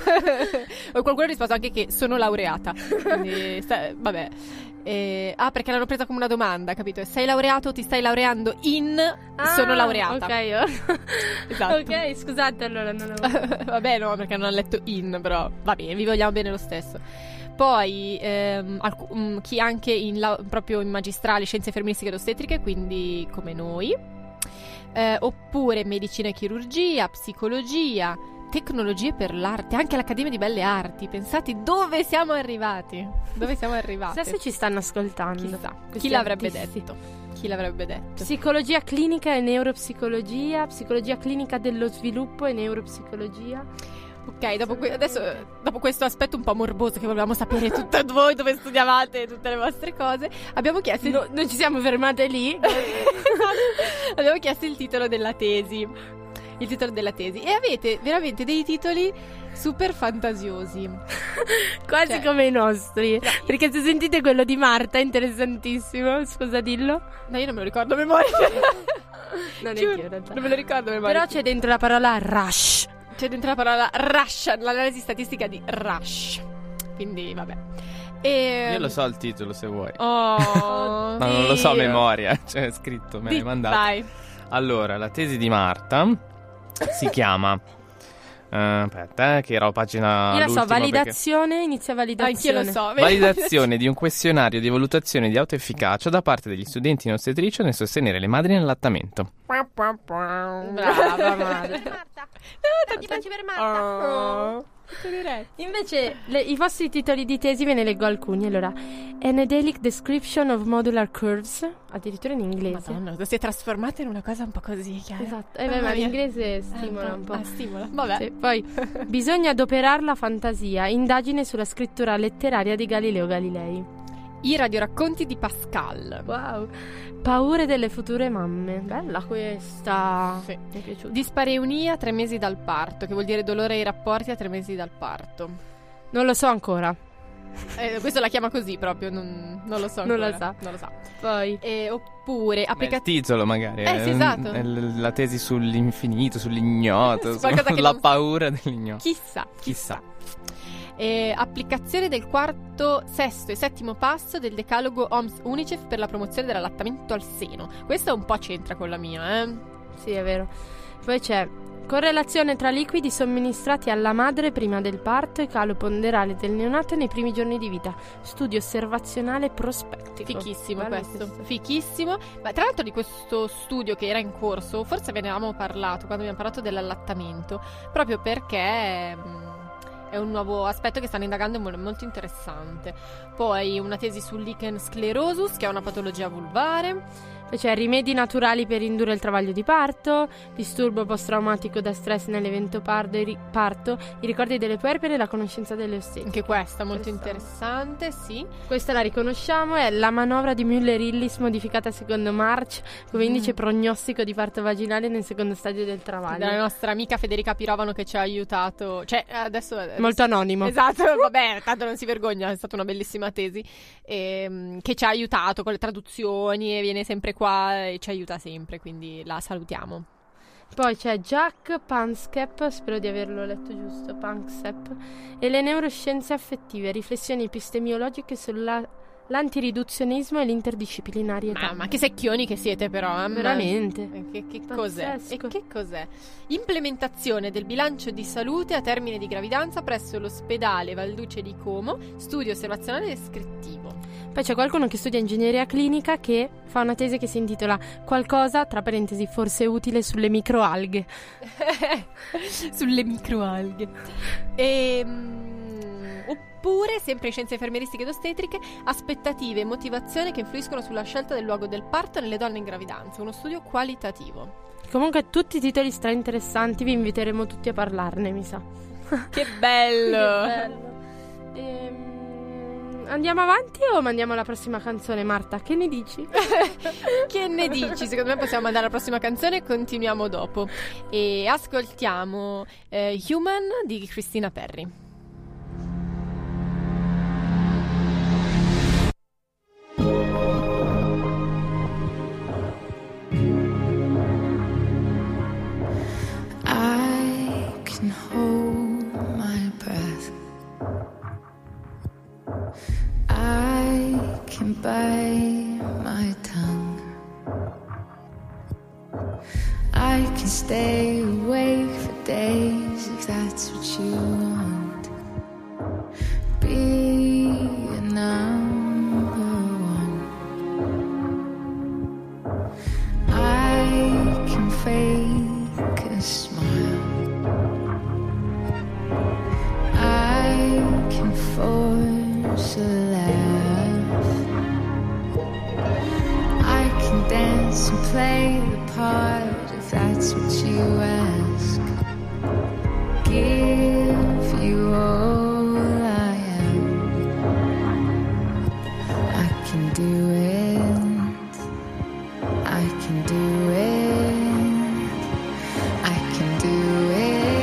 o qualcuno ha risposto anche che sono laureata. Quindi, sta- vabbè. Eh, ah, perché l'hanno presa come una domanda, capito? Sei laureato o ti stai laureando in sono laureata. Ok, Esatto. ok, scusate, allora non ho... Vabbè, no, perché non ha letto in, però va bene, vi vogliamo bene lo stesso. Poi ehm, alc- mm, chi anche in lau- proprio in magistrale scienze infermieristiche ed ostetriche, quindi come noi, eh, oppure medicina e chirurgia, psicologia, tecnologie per l'arte, anche l'Accademia di Belle Arti. Pensate dove siamo arrivati? Dove siamo arrivati? Chissà se ci stanno ascoltando. Chissà. questi Chi l'avrebbe artisti. detto? Chi l'avrebbe detto? Psicologia clinica e neuropsicologia, psicologia clinica dello sviluppo e neuropsicologia. Ok, dopo, que- adesso, dopo questo aspetto un po' morboso che volevamo sapere tutte voi dove studiavate, tutte le vostre cose, abbiamo chiesto il, No, non ci siamo fermate lì. abbiamo chiesto il titolo della tesi. Il titolo della tesi. E avete veramente dei titoli super fantasiosi. Quasi Cioè- come i nostri. Perché se sentite quello di Marta è interessantissimo. Scusa, dillo. No, io non me lo ricordo a memoria. Non è Giuro, io in realtà. non me lo ricordo a memoria. Però c'è dentro la parola rush. C'è dentro la parola rush, l'analisi statistica di rush. Quindi, vabbè. E... Io lo so il titolo se vuoi. Oh, Ma non lo so a Dio. memoria, cioè è scritto, me l'hai Di- mandato. Vai. Allora, la tesi di Marta si chiama eh, aspetta, eh, che era a pagina Io la so, l'ultima perché- validazione, inizia validazione. Anch'io lo so. Validazione di un questionario di valutazione di autoefficacia da parte degli studenti in ostetricia nel sostenere le madri nell'allattamento. Brava, madre. No, ti faccio per Marta. Oh. Tenerezza. Io Invece le, i vostri titoli di tesi ve ne leggo alcuni. Allora, Anadelic Description of Modular Curves, addirittura in inglese. Madonna, si è trasformata in una cosa un po' così, Chiara. Esatto, eh, beh, ma l'inglese stimola un po'. Ah, stimola, vabbè. Sì, poi, bisogna adoperare la fantasia, indagine sulla scrittura letteraria di Galileo Galilei. I radioracconti di Pascal. Wow. Paure delle future mamme. Bella questa. Sì. Mi è piaciuta. Dispareunia a tre mesi dal parto, che vuol dire dolore ai rapporti a tre mesi dal parto. Non lo so ancora. Eh, questo la chiama così proprio, non, non lo so Non ancora. lo sa. Non lo sa. Poi. Eh, oppure Beh, il applicazioni. titolo magari. Eh, sì, è- esatto. è l- la tesi sull'infinito, sull'ignoto, Su qualcosa che sulla non- paura dell'ignoto. Chissà, Chissà. Eh, applicazione del quarto, sesto e settimo passo del decalogo O M S Unicef per la promozione dell'allattamento al seno. Questa un po' c'entra con la mia, eh. Sì, è vero. Poi c'è correlazione tra liquidi somministrati alla madre prima del parto e calo ponderale del neonato nei primi giorni di vita. Studio osservazionale prospettico. Fichissimo Bello questo, fichissimo. Ma tra l'altro di questo studio che era in corso, forse ve ne avevamo parlato quando abbiamo parlato dell'allattamento, proprio perché mh, è un nuovo aspetto che stanno indagando, è mo- molto interessante. Poi una tesi sul lichen sclerosus, che è una patologia vulvare. Poi c'è rimedi naturali per indurre il travaglio di parto, disturbo post-traumatico da stress nell'evento pardo, i ri- parto, i ricordi delle puerpere e la conoscenza delle ostetriche. Anche questa molto interessante, sì. Questa la riconosciamo, è la manovra di Müller-Hillis modificata secondo March come Mm. indice prognostico di parto vaginale nel secondo stadio del travaglio. Della nostra amica Federica Pirovano che ci ha aiutato. Cioè, adesso. adesso- Molto anonimo. Esatto, vabbè, tanto non si vergogna, è stata una bellissima tesi. ehm, che ci ha aiutato con le traduzioni e viene sempre qua e ci aiuta sempre, quindi la salutiamo. Poi c'è Jack Panskep, spero di averlo letto giusto, Panskep, e le neuroscienze affettive, riflessioni epistemiologiche sull'antiriduzionismo e l'interdisciplinarietà. Mamma, che secchioni che siete però, eh? Veramente. Eh, Che, che cos'è? E Pazzesco. che cos'è? Implementazione del bilancio di salute a termine di gravidanza presso l'ospedale Valduce di Como, studio osservazionale descrittivo. Poi c'è qualcuno che studia ingegneria clinica che fa una tesi che si intitola qualcosa, tra parentesi, forse utile sulle microalghe. Sulle microalghe. Ehm, Oppure, sempre in scienze infermieristiche ed ostetriche, aspettative e motivazione che influiscono sulla scelta del luogo del parto nelle donne in gravidanza. Uno studio qualitativo. Comunque tutti i titoli stra interessanti, vi inviteremo tutti a parlarne, mi sa. Che bello! Che bello. Ehm, andiamo avanti o mandiamo la prossima canzone, Marta? Che ne dici? Che ne dici? Secondo me possiamo mandare la prossima canzone e continuiamo dopo. E ascoltiamo eh, Human di Christina Perri. I can hold my breath. I can bite my tongue. I can stay awake for days if that's what you want. Be a number one. I can fake a smile. I can force a laugh. I can dance and play the part if that's what you ask. Give you all I am. I can do it. I can do it. I can do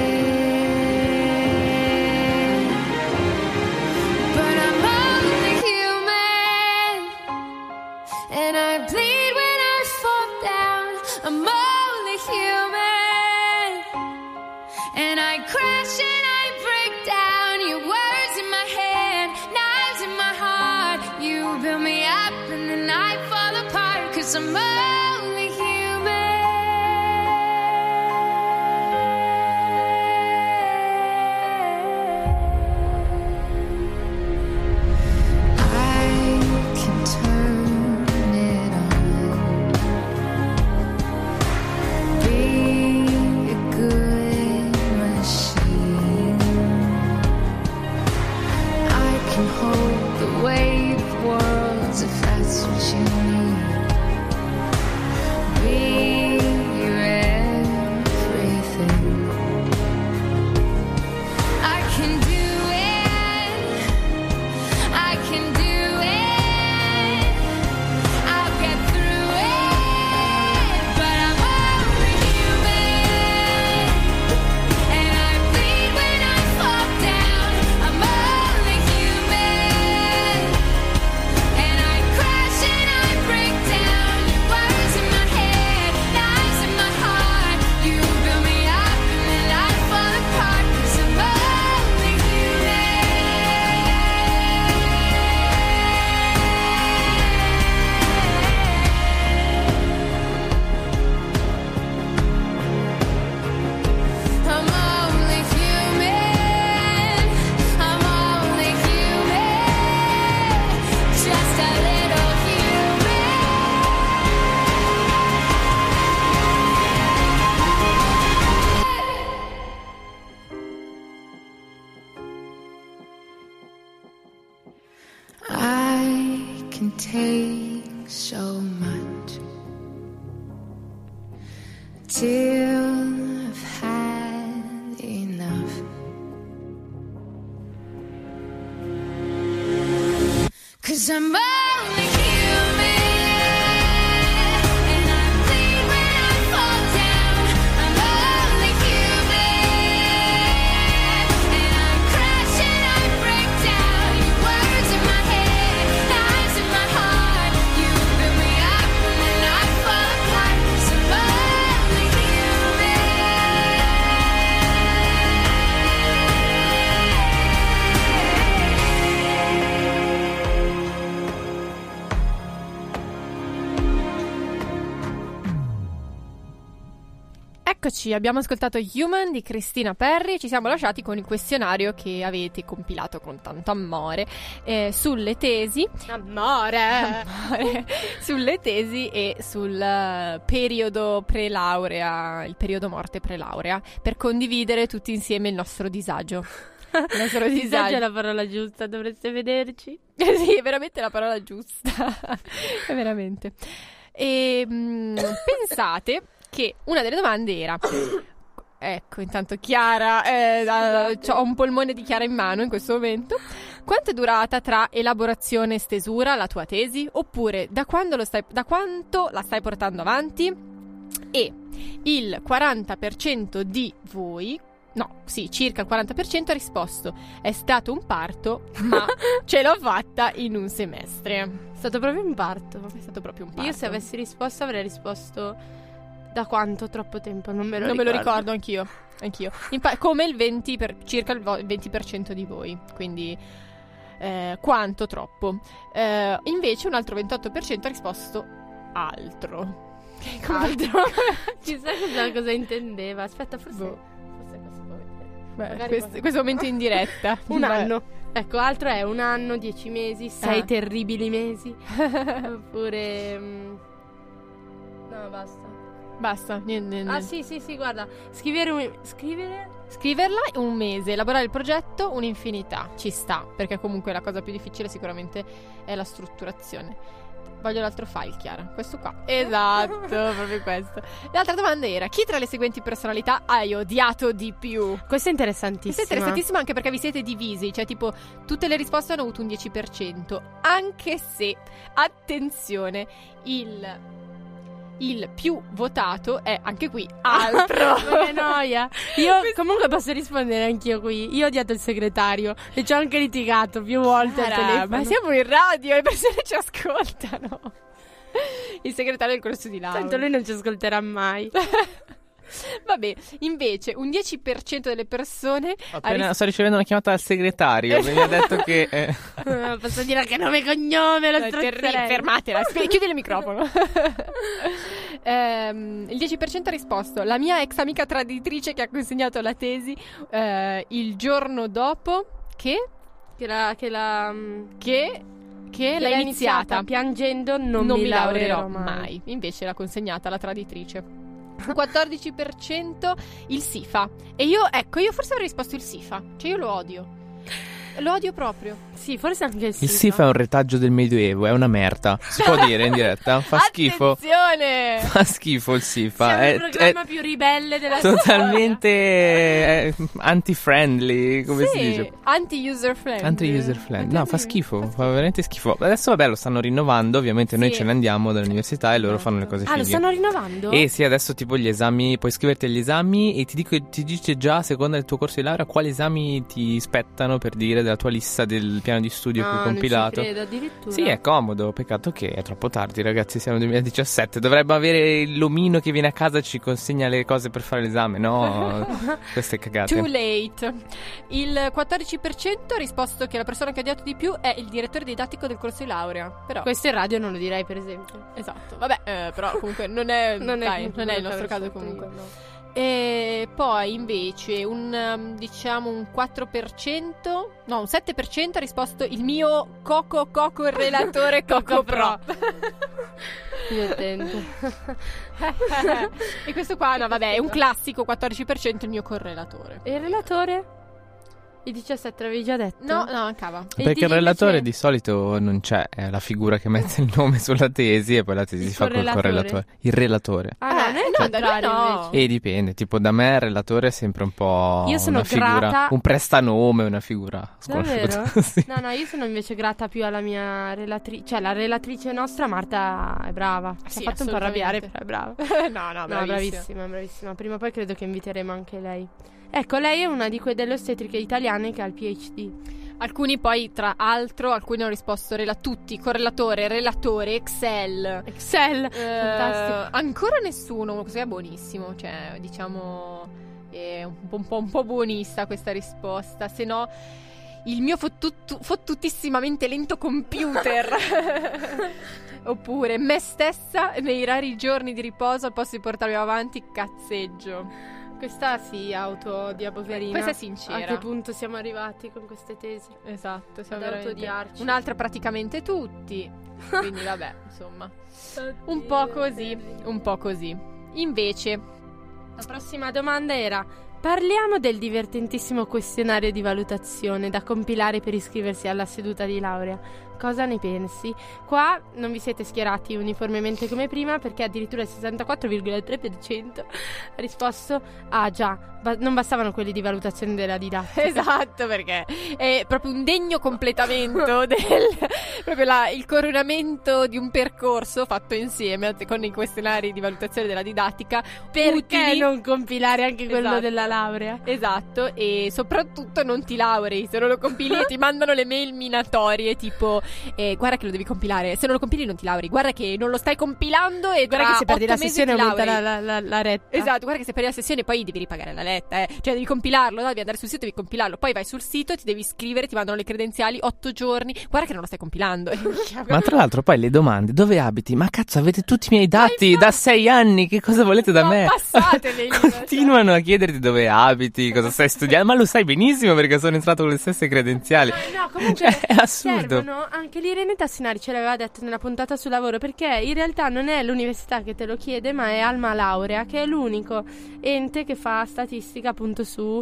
it. But I'm only human, and I bleed when I fall down. I'm only human, and I crash and I break down. Your words in my head, knives in my heart. You build me up and then I fall apart, 'cause I'm only human. I can turn it on. Be a good machine. can hold the weight of worlds if that's what you need. Be your everything. I can do it. I can do it. I'll get through it. But I'm only human, and I bleed when I fall down. I'm only human, and I crash and I break down. Your words in my head, knives in my heart. You build me up and then I fall apart. 'Cause I'm only human. I'm only human. I'm only human. Just a little human. I can take so much till I've had enough. 'Cause I'm only human, and I bleed when I fall down. I'm only human, and I crash and I break down. Your words in my head, knives in my heart. You build me up and then I fall apart. 'Cause I'm only human. Eccoci, abbiamo ascoltato Human di Cristina Perri e ci siamo lasciati con il questionario che avete compilato con tanto amore eh, sulle tesi Amore! amore, sulle tesi e sul eh, periodo pre-laurea, il periodo morte pre-laurea, per condividere tutti insieme il nostro disagio. Il nostro Disagio disagio. è la parola giusta, dovreste vederci. Sì, è veramente la parola giusta. È veramente. E mh, pensate che una delle domande era, ecco, intanto Chiara, eh, ho un polmone di Chiara in mano in questo momento. Quanto è durata tra elaborazione e stesura la tua tesi? Oppure da quando lo stai, da quanto la stai portando avanti? E il quaranta per cento di voi, no, sì, circa il quaranta per cento ha risposto: è stato un parto, ma ce l'ho fatta in un semestre. È stato proprio un parto. È stato proprio un parto. Io se avessi risposto avrei risposto da quanto? Troppo tempo, non me lo non ricordo. me lo ricordo anch'io, anch'io. In pa- come il venti per, circa il vo- venti per cento di voi, quindi eh, quanto troppo. Eh, invece un altro ventotto per cento ha risposto altro. Che Altro. Chissà cosa, cosa intendeva. Aspetta, forse, Boh. forse questo può vedere. Beh, Magari questo, quando- questo momento in diretta. Un Beh. anno. Ecco, altro è un anno, dieci mesi, sei Ah. terribili mesi. Oppure... mm, no, basta. Basta, niente, niente. Ah sì, sì, sì, guarda. Scrivere un... Scrivere... Scriverla un mese, elaborare il progetto un'infinità. Ci sta, perché comunque la cosa più difficile sicuramente è la strutturazione. Voglio l'altro file, Chiara. Questo qua. Esatto, proprio questo. L'altra domanda era: chi tra le seguenti personalità hai odiato di più? Questo è interessantissimo. Questo è interessantissimo anche perché vi siete divisi. Cioè tipo tutte le risposte hanno avuto un dieci per cento. Anche se, attenzione, il... il più votato è anche qui altro. Ma che noia. Io comunque posso rispondere anch'io qui. Io ho odiato il segretario e ci ho anche litigato più volte al Cara, telefono. ma siamo in radio, le persone ci ascoltano. Il segretario del corso di laurea. Tanto lui non ci ascolterà mai. Vabbè, invece un dieci per cento delle persone Appena ha sto ricevendo una chiamata dal segretario, mi ha detto che eh, Posso dire anche nome e cognome, lo ris- Terri- strozzerei. fermatela, sp- chiudi il microfono. Ehm, il dieci per cento ha risposto: la mia ex amica traditrice che ha consegnato la tesi eh, il giorno dopo che Che la... Che la... che che l'ha iniziata. piangendo non, non mi laureerò mai. mai. Invece l'ha consegnata la traditrice. quattordici per cento il SIFA. E io, ecco, io forse avrei risposto il SIFA. Cioè io lo odio. Lo odio proprio. Sì, forse anche il SIFA. Il SIFA è un retaggio del Medioevo, è una merda. Si può dire in diretta? Fa schifo. Attenzione! Fa schifo il SIFA. Siamo è, il programma è più ribelle della totalmente eh, anti-friendly, come sì, si dice? Anti-user friendly. Anti-user friendly. No, fa schifo, fa veramente schifo. Adesso vabbè lo stanno rinnovando, ovviamente noi Sì. ce ne andiamo dall'università e loro fanno le cose Ah, lo fighe. stanno rinnovando? E sì, adesso tipo gli esami, puoi iscriverti agli esami e ti, dico, ti dice già, a seconda del tuo corso di laurea, quali esami ti spettano, per dire, della tua lista del piano di studio che hai No, compilato. non ci credo, addirittura. Sì, è comodo, peccato che è troppo tardi, ragazzi, siamo nel duemiladiciassette, dovrebbe avere l'omino che viene a casa e ci consegna le cose per fare l'esame, no? Queste cagate. Too late. Il quattordici per cento ha risposto che la persona che ha odiato di più è il direttore didattico del corso di laurea. Però Questo in radio non lo direi, per esempio. esatto. Vabbè, eh, però comunque non è Non è, dai, non è il quello nostro che caso avrei fatto comunque. io, no. E poi invece un um, diciamo un quattro per cento, no, un sette per cento ha risposto il mio Coco Coco il relatore Coco Pro. Divertente. E questo qua, no, vabbè, è un classico quattordici per cento il mio correlatore. E il relatore? Il diciassette l'avevi già detto? No, no, mancava. E Perché il digli relatore invece- di solito non c'è, è la figura che mette il nome sulla tesi e poi la tesi Il si fa col correlatore. correlatore. Il relatore. Ah, no, Eh, non è il no, da noi contrario no. invece. E dipende, tipo da me il relatore è sempre un po' Io sono una figura, grata- un prestanome, una figura sconosciuta. Davvero? Sì. No, no, io sono invece grata più alla mia relatrice. Cioè, la relatrice nostra, Marta, è brava. Ci Sì, ha fatto un po' arrabbiare, però assolutamente. è brava. no, no, No, bravissima. bravissima, bravissima. Prima o poi credo che inviteremo anche lei. Ecco, lei è una di quelle ostetriche italiane che ha il P H D. Alcuni poi, tra l'altro, alcuni hanno risposto rela- tutti, correlatore, relatore, Excel. Excel, Eh, fantastico. ancora nessuno, questo è buonissimo, cioè diciamo è un po', un po', un po' buonista questa risposta, se no il mio fottut- fottutissimamente lento computer. Oppure me stessa nei rari giorni di riposo al posto di portarmi avanti cazzeggio. Questa sì, autoodia, poverina. Questa è sincera. A che punto siamo arrivati con queste tesi? Esatto, siamo Ad veramente- autodiarci. un'altra praticamente tutti. Quindi vabbè, insomma, un po' così, un po' così. Invece, La prossima domanda era: parliamo del divertentissimo questionario di valutazione da compilare per iscriversi alla seduta di laurea. Cosa ne pensi? Qua non vi siete schierati uniformemente come prima, perché addirittura il sessantaquattro virgola tre per cento ha risposto: ah già, ba- non bastavano quelli di valutazione della didattica. esatto, perché è proprio un degno completamento del proprio la- il coronamento di un percorso fatto insieme con i questionari di valutazione della didattica. Perché utili- non compilare anche quello Esatto. della laurea? Esatto, e soprattutto non ti laurei, se non lo compili e ti mandano le mail minatorie tipo eh, guarda che lo devi compilare, se non lo compili non ti laurei, guarda che non lo stai compilando e Guarda tra che se perdi otto la mesi sessione ti aumenta laurei. la, la, la, la retta. Esatto, guarda che se perdi la sessione poi devi ripagare la letta, eh. Cioè devi compilarlo, no? Devi andare sul sito, devi compilarlo, poi vai sul sito, ti devi iscrivere, ti mandano le credenziali, otto giorni, guarda che non lo stai compilando. Ma tra l'altro poi le domande, dove abiti? Ma cazzo, avete tutti i miei dati da sei anni, che cosa volete da No, me? passateli, Continuano a chiederti dove abiti, cosa stai studiando, ma lo sai benissimo perché sono entrato con le stesse credenziali. No, no, comunque Cioè, è assurdo. servono, anche l'Irene Tassinari ce l'aveva detto nella puntata sul lavoro, perché in realtà non è l'università che te lo chiede, ma è Alma Laurea, che è l'unico ente che fa statistica appunto su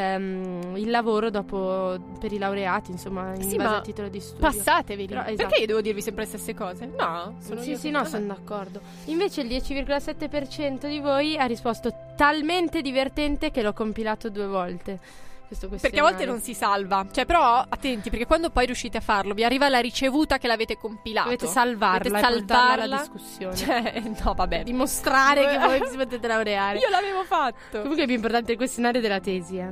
ehm, il lavoro dopo per i laureati, insomma, in Sì, base ma al titolo di studio. Passateveli. Però, esatto. Perché io devo dirvi sempre le stesse cose? No, sono Sì, io sì, che- no, vabbè. sono d'accordo. Invece il dieci virgola sette per cento di voi ha risposto talmente divertente che l'ho compilato due volte. Questo Perché a volte non si salva. Cioè, però, attenti, perché quando poi riuscite a farlo, vi arriva la ricevuta che l'avete compilato. dovete salvarla Dovete e portarla alla salvarla. discussione. Cioè, no, vabbè. Dimostrare che voi si potete laureare. Io l'avevo fatto. Comunque è più importante il questionario della tesi, eh.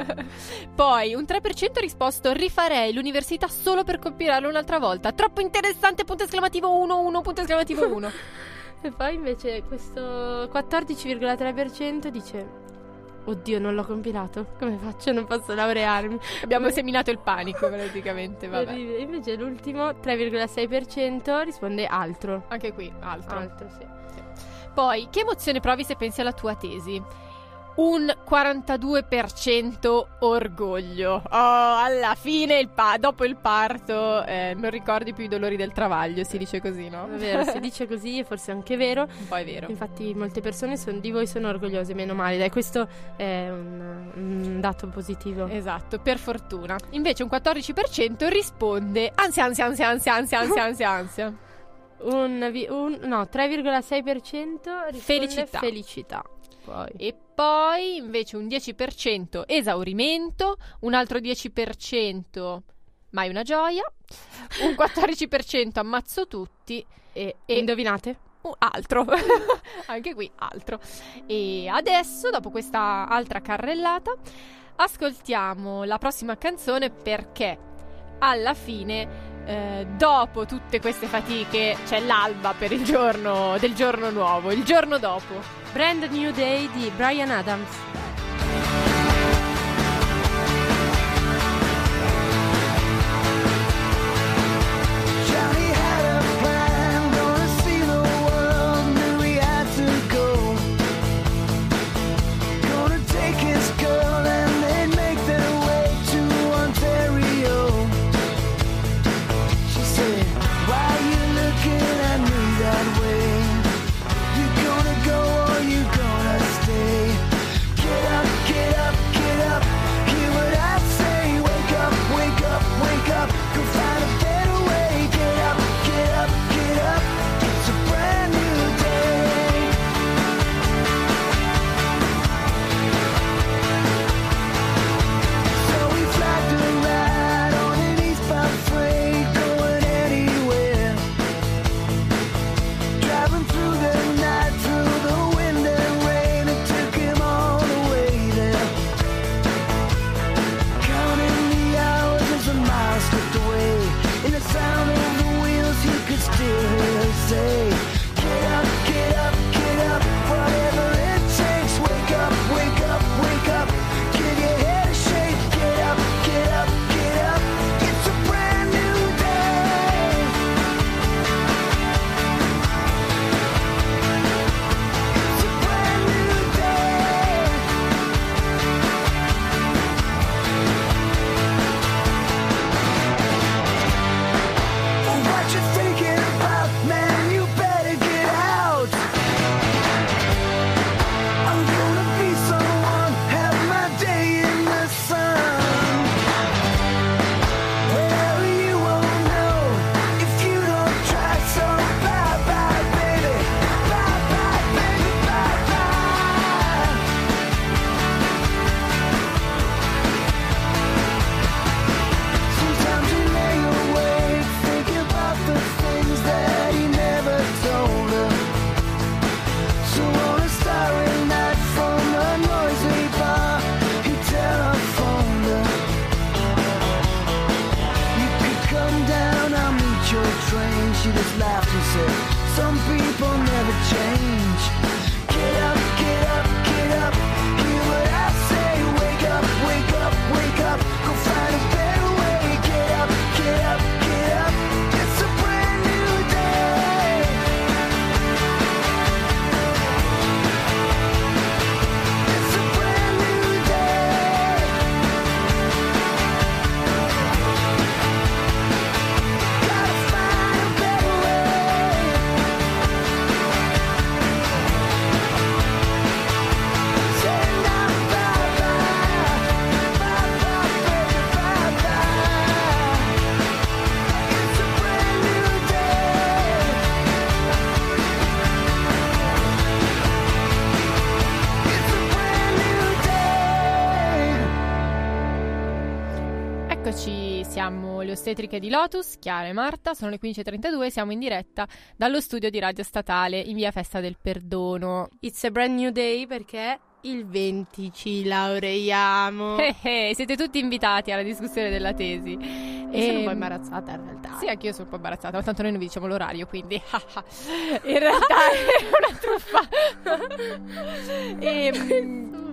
Poi, un tre per cento ha risposto: rifarei l'università solo per compilarlo un'altra volta. Troppo interessante, punto esclamativo uno, uno, punto esclamativo uno. E poi invece questo quattordici virgola tre per cento dice: oddio, non l'ho compilato, come faccio? Non posso laurearmi. Abbiamo seminato il panico, praticamente, vabbè. Orribile. Invece l'ultimo tre virgola sei per cento risponde altro. Anche qui, altro. Altro, sì. Poi, che emozione provi se pensi alla tua tesi? un quarantadue per cento orgoglio. Oh, alla fine, il pa- dopo il parto, eh, non ricordi più i dolori del travaglio, si dice così, no? È vero, si dice così, e forse è anche vero. Un po' è vero. Infatti molte persone son, di voi sono orgogliose, meno male. Dai, questo è un, un dato positivo. Esatto, per fortuna. Invece un quattordici per cento risponde ansia, ansia, ansia, ansia, ansia, ansia, ansia, ansia. Un, vi- un no, tre virgola sei per cento risponde Felicità. felicità. Poi. E poi invece un dieci per cento esaurimento, un altro dieci per cento mai una gioia, un quattordici per cento ammazzo tutti E, e- indovinate? un altro. Anche qui altro. E adesso, dopo questa altra carrellata, ascoltiamo la prossima canzone, perché alla fine, eh, dopo tutte queste fatiche, c'è l'alba per il giorno del giorno nuovo, il giorno dopo. Brand New Day di Bryan Adams. Johnny had a plan, gonna see the world, knew he had to go. Gonna take his girl and they'd make their way to Ontario. She said, why are you looking at me that way? You gonna go or you gonna stay? Get up, get up, get up, hear what I say. Wake up, wake up, wake up, go find a better way. Get up, get up, get up, it's a brand new day. So we flagged a ride on an eastbound freight, going anywhere. Driving through the night, through the wind and rain, it took him all the way there. Counting the hours as the miles slipped away. In the sound of the wheels, he could still hear her say, get up, get up, get up, whatever it takes. Wake up, wake up, wake up, give your head a shake. Get up, get up, get up, it's a brand new day. It's a brand new day. What you thinking about, man? You better get out. I'm gonna be someone, have my day in the sun. Well, you won't know if you don't try, so bye bye, baby. Bye bye, baby, bye bye. Sometimes you lay awake thinking about the things that he never told her. So on a starry night from a noisy bar, he telephoned her. You could come down, I'll meet your train. She just laughed and said, some people never change. Get up, get up, get up, hear what I say. Wake up, wake up, wake up, go find a better way. Get up, get up, get up, it's a brand new day. It's a brand new day. Gotta find a better way. Say now bye bye, bye bye, baby, bye bye. It's a brand new day. It's a brand new day. Eccoci, siamo le ostetriche di Lotus, Chiara e Marta, sono le quindici e trentadue, siamo in diretta dallo studio di Radio Statale in via Festa del Perdono. It's a brand new day perché il venti ci laureiamo. Eh, eh, siete tutti invitati alla discussione della tesi. E sono un po' Ehm, imbarazzata in realtà. Sì, anch'io sono un po' imbarazzata, ma tanto noi non vi diciamo l'orario, quindi in realtà è una truffa. Ehm,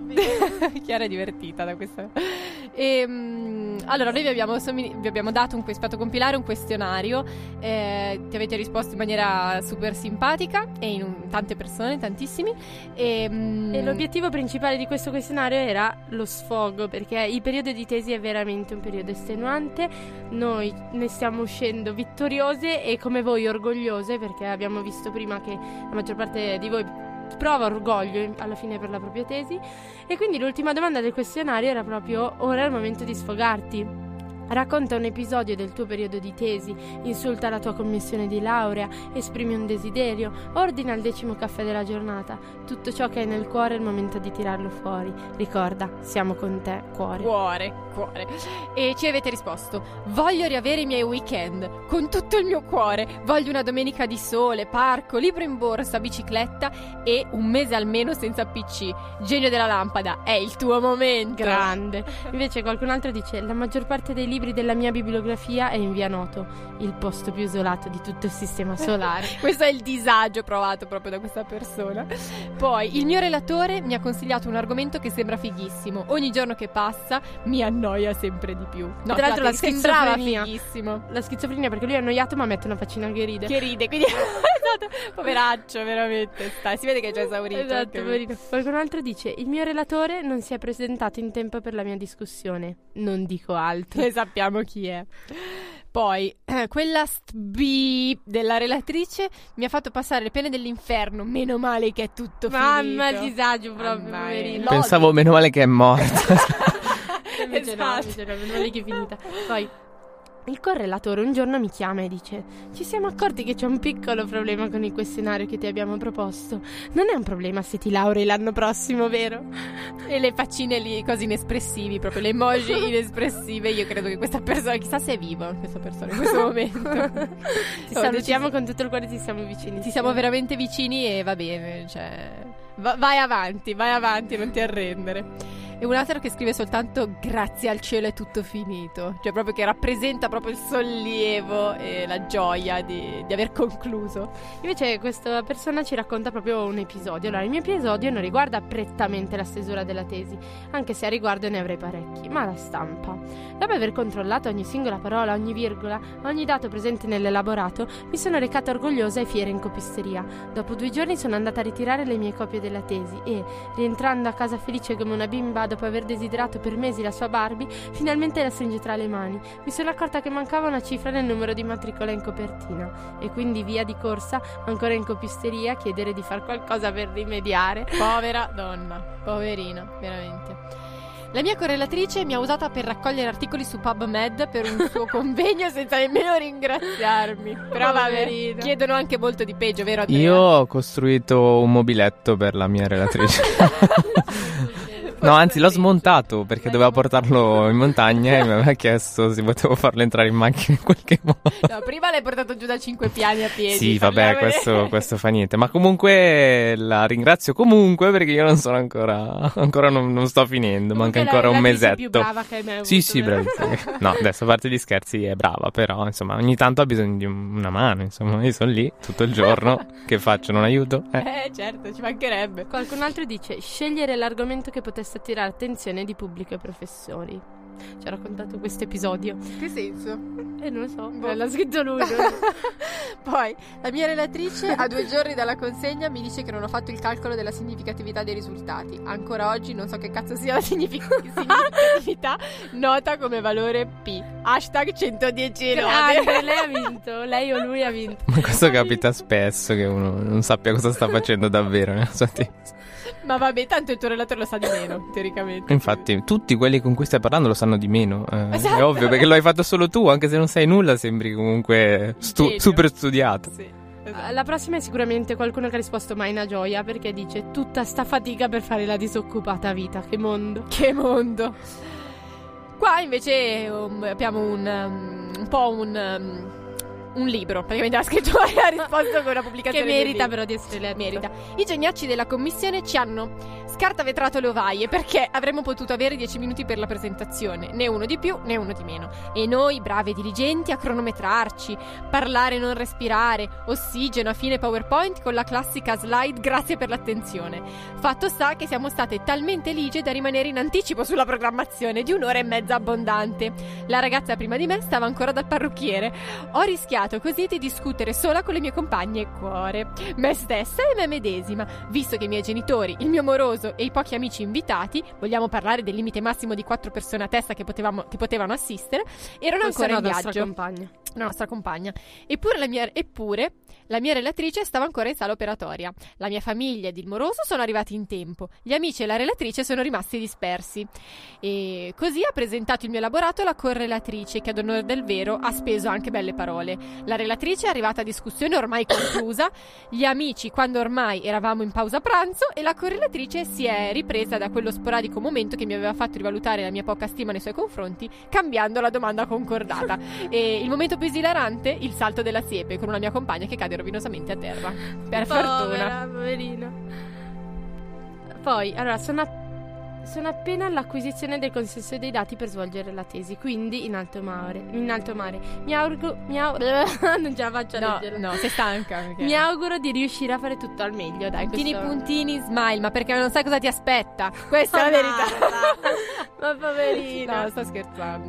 Chiara è divertita da questa. E, mh, allora, noi vi abbiamo, sommi- vi abbiamo dato un, que- fatto compilare un questionario. Eh, ti avete risposto in maniera super simpatica e in un- tante persone, tantissimi. E, mh, E l'obiettivo principale di questo questionario era lo sfogo, perché il periodo di tesi è veramente un periodo estenuante. Noi ne stiamo uscendo vittoriose e come voi orgogliose, perché abbiamo visto prima che la maggior parte di voi prova orgoglio alla fine per la propria tesi. E quindi l'ultima domanda del questionario era proprio: ora è il momento di sfogarti. Racconta un episodio del tuo periodo di tesi, insulta la tua commissione di laurea, esprimi un desiderio, ordina il decimo caffè della giornata. Tutto ciò che hai nel cuore è il momento di tirarlo fuori. Ricorda, siamo con te, cuore. Cuore, cuore. E ci avete risposto: voglio riavere i miei weekend con tutto il mio cuore. Voglio una domenica di sole, parco, libro in borsa, bicicletta e un mese almeno senza P C. Genio della lampada, è il tuo momento. Grande. Invece qualcun altro dice: la maggior parte dei libri della mia bibliografia è in via Noto, il posto più isolato di tutto il sistema solare. Questo è il disagio provato proprio da questa persona. Poi, il mio relatore mi ha consigliato un argomento che sembra fighissimo. Ogni giorno che passa mi annoia sempre di più. No, Tra l'altro la sembrava schizofrenia. fighissimo. La schizofrenia, perché lui è annoiato ma mette una faccina che ride. Che ride, quindi esatto, poveraccio, veramente. Sta. Si vede che è già esaurito. Esatto, anche lui. poverino. Qualcun altro dice: il mio relatore non si è presentato in tempo per la mia discussione. Non dico altro. E sappiamo chi è. Poi, eh, quella stb della relatrice mi ha fatto passare le pene dell'inferno. Meno male che è tutto Mamma, finito. il disagio proprio, Mamma poverino. mia. Pensavo meno male che è morta. Invece no, Esatto. invece no, meno male che è finita. Poi il correlatore un giorno mi chiama e dice: ci siamo accorti che c'è un piccolo problema con il questionario che ti abbiamo proposto. Non è un problema se ti laurei l'anno prossimo, vero? E le faccine lì, così inespressivi, proprio le emoji inespressive. Io credo che questa persona, chissà se è viva questa persona in questo momento. Ti salutiamo con tutto il cuore, ti siamo vicini. Ci siamo veramente vicini e va bene, cioè va- vai avanti, vai avanti, non ti arrendere. E un altro che scrive soltanto: grazie al cielo è tutto finito. Cioè proprio che rappresenta proprio il sollievo e la gioia di, di aver concluso. Invece questa persona ci racconta proprio un episodio. Allora, il mio episodio non riguarda prettamente la stesura della tesi, anche se a riguardo ne avrei parecchi, ma la stampa. Dopo aver controllato ogni singola parola, ogni virgola, ogni dato presente nell'elaborato, mi sono recata orgogliosa e fiera in copisteria. Dopo due giorni sono andata a ritirare le mie copie della tesi e, rientrando a casa felice come una bimba dopo aver desiderato per mesi la sua Barbie, finalmente la stringe tra le mani. Mi sono accorta che mancava una cifra nel numero di matricola in copertina e quindi via di corsa, ancora in copisteria, a chiedere di far qualcosa per rimediare. Povera donna, poverina, veramente. La mia correlatrice mi ha usata per raccogliere articoli su PubMed per un suo convegno senza nemmeno ringraziarmi. Però vabbè, Poverina. chiedono anche molto di peggio, vero Andrea? Io ho costruito un mobiletto per la mia relatrice. No, anzi l'ho smontato perché doveva portarlo in montagna e mi aveva chiesto se potevo farlo entrare in macchina in qualche modo. No, prima l'hai portato giù da cinque piani a piedi. Sì, fammi vabbè, vedere. questo, questo fa niente. Ma comunque la ringrazio comunque perché io non sono ancora. Ancora non, non sto finendo. Comunque Manca ancora la un relatrice mesetto. più brava che hai mai avuto, Sì, sì, vero? bravissima. No, adesso a parte gli scherzi è brava, però insomma ogni tanto ha bisogno di un- una mano. Insomma, io sono lì tutto il giorno. Che faccio? Non aiuto? Eh. Eh, certo, ci mancherebbe. Qualcun altro dice: scegliere l'argomento che potesse attirare attenzione di pubblico e professori. Ci ha raccontato questo episodio. Che senso? E non lo so, Boh. l'ha scritto lui. non so. Poi, la mia relatrice a due giorni dalla consegna mi dice che non ho fatto il calcolo della significatività dei risultati. Ancora oggi non so che cazzo sia la signific- significatività nota come valore P. Hashtag centodieci Grande, lode. lei ha vinto, lei o lui ha vinto. Ma questo capita spesso che uno non sappia cosa sta facendo davvero nella sua testa. Ma vabbè, tanto il tuo relatore lo sa di meno, teoricamente. Infatti, tutti quelli con cui stai parlando lo sanno di meno. eh, Esatto. È ovvio, perché lo hai fatto solo tu, anche se non sai nulla, sembri comunque stu- Genio. super studiato. Sì, Uh, esatto. La prossima è sicuramente qualcuno che ha risposto mai una gioia, perché dice: tutta sta fatica per fare la disoccupata vita, che mondo. Che mondo. Qua invece um, abbiamo un, um, un po' un, um, un libro, praticamente ha scritto e ha risposto con una pubblicazione che merita del però di essere letto. merita. I geniacci della commissione ci hanno scartavetrato le ovaie perché avremmo potuto avere dieci minuti per la presentazione, né uno di più né uno di meno, e noi bravi e diligenti a cronometrarci, parlare non respirare, ossigeno a fine PowerPoint con la classica slide grazie per l'attenzione. Fatto sta che siamo state talmente ligie da rimanere in anticipo sulla programmazione di un'ora e mezza abbondante. La ragazza prima di me stava ancora dal parrucchiere. Ho rischiato così di discutere sola con le mie compagne e cuore, me stessa e me medesima, visto che i miei genitori, il mio moroso e i pochi amici invitati, vogliamo parlare del limite massimo di quattro persone a testa che, potevamo, che potevano assistere, erano Forse ancora no, in la viaggio. nostra compagna. La nostra compagna. Eppure la mia, eppure la mia relatrice stava ancora in sala operatoria. La mia famiglia ed il moroso sono arrivati in tempo. Gli amici e la relatrice sono rimasti dispersi. E così ha presentato il mio elaborato la correlatrice, che ad onore del vero ha speso anche belle parole. La relatrice è arrivata a discussione ormai conclusa, gli amici quando ormai eravamo in pausa pranzo, e la correlatrice si è ripresa da quello sporadico momento che mi aveva fatto rivalutare la mia poca stima nei suoi confronti, cambiando la domanda concordata. E il momento più esilarante, il salto della siepe con una mia compagna che cade rovinosamente a terra. Per Povera, fortuna. poverina. Poi, allora, sono, a- sono appena all'acquisizione del consenso dei dati per svolgere la tesi, quindi in alto mare. In alto mare. Mi auguro... Mi au- non ce la faccio a No, leggere. no, sei stanca. perché- Mi auguro di riuscire a fare tutto al meglio, dai. Puntini questo- puntini smile, ma perché non sai cosa ti aspetta. Questa è la verità. Ma poverina. No, sto scherzando.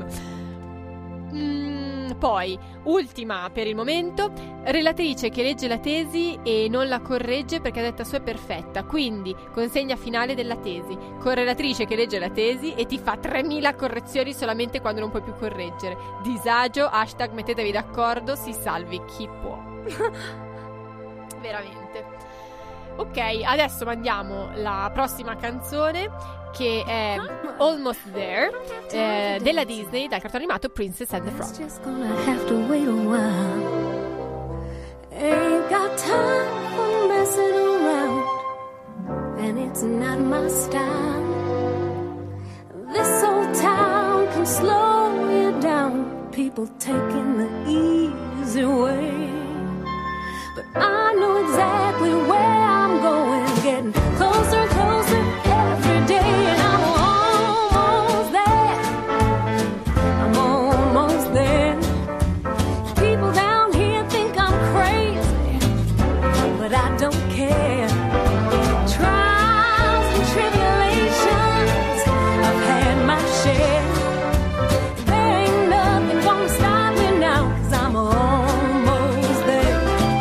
Mm, poi, ultima per il momento, relatrice che legge la tesi e non la corregge perché a detta sua è perfetta, quindi consegna finale della tesi. Correlatrice che legge la tesi e ti fa tremila correzioni solamente quando non puoi più correggere. Disagio, hashtag mettetevi d'accordo, si salvi chi può. Veramente. Ok, adesso mandiamo la prossima canzone, che è Almost There, eh, della Disney, dal cartone animato Princess and the Frog. Just gonna have to wait a while. Ain't got time for messing around, and it's not my style. This old town can slow you down, people taking the easy way. But I know exactly where I'm going, getting closer and closer every day, and I'm almost there. I'm almost there. People down here think I'm crazy, but I don't care. Trials and tribulations, I've had my share. There ain't nothing gonna stop me now, 'cause I'm almost there.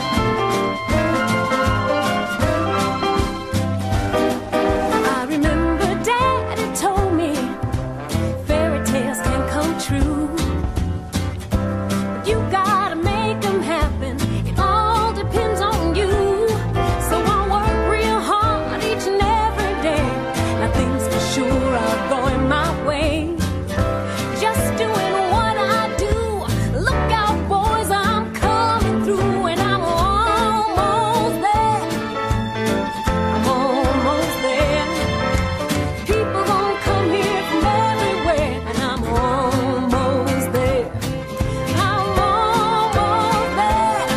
I remember Daddy told me fairy tales can come true, but you gotta make them happen. It all depends on you. So I work real hard each and every day. Now things for sure are going my way. Just doing what I do. Look out, boys, I'm coming through, and I'm almost there. I'm almost there. People gonna come here from everywhere, and I'm almost there. I'm almost there.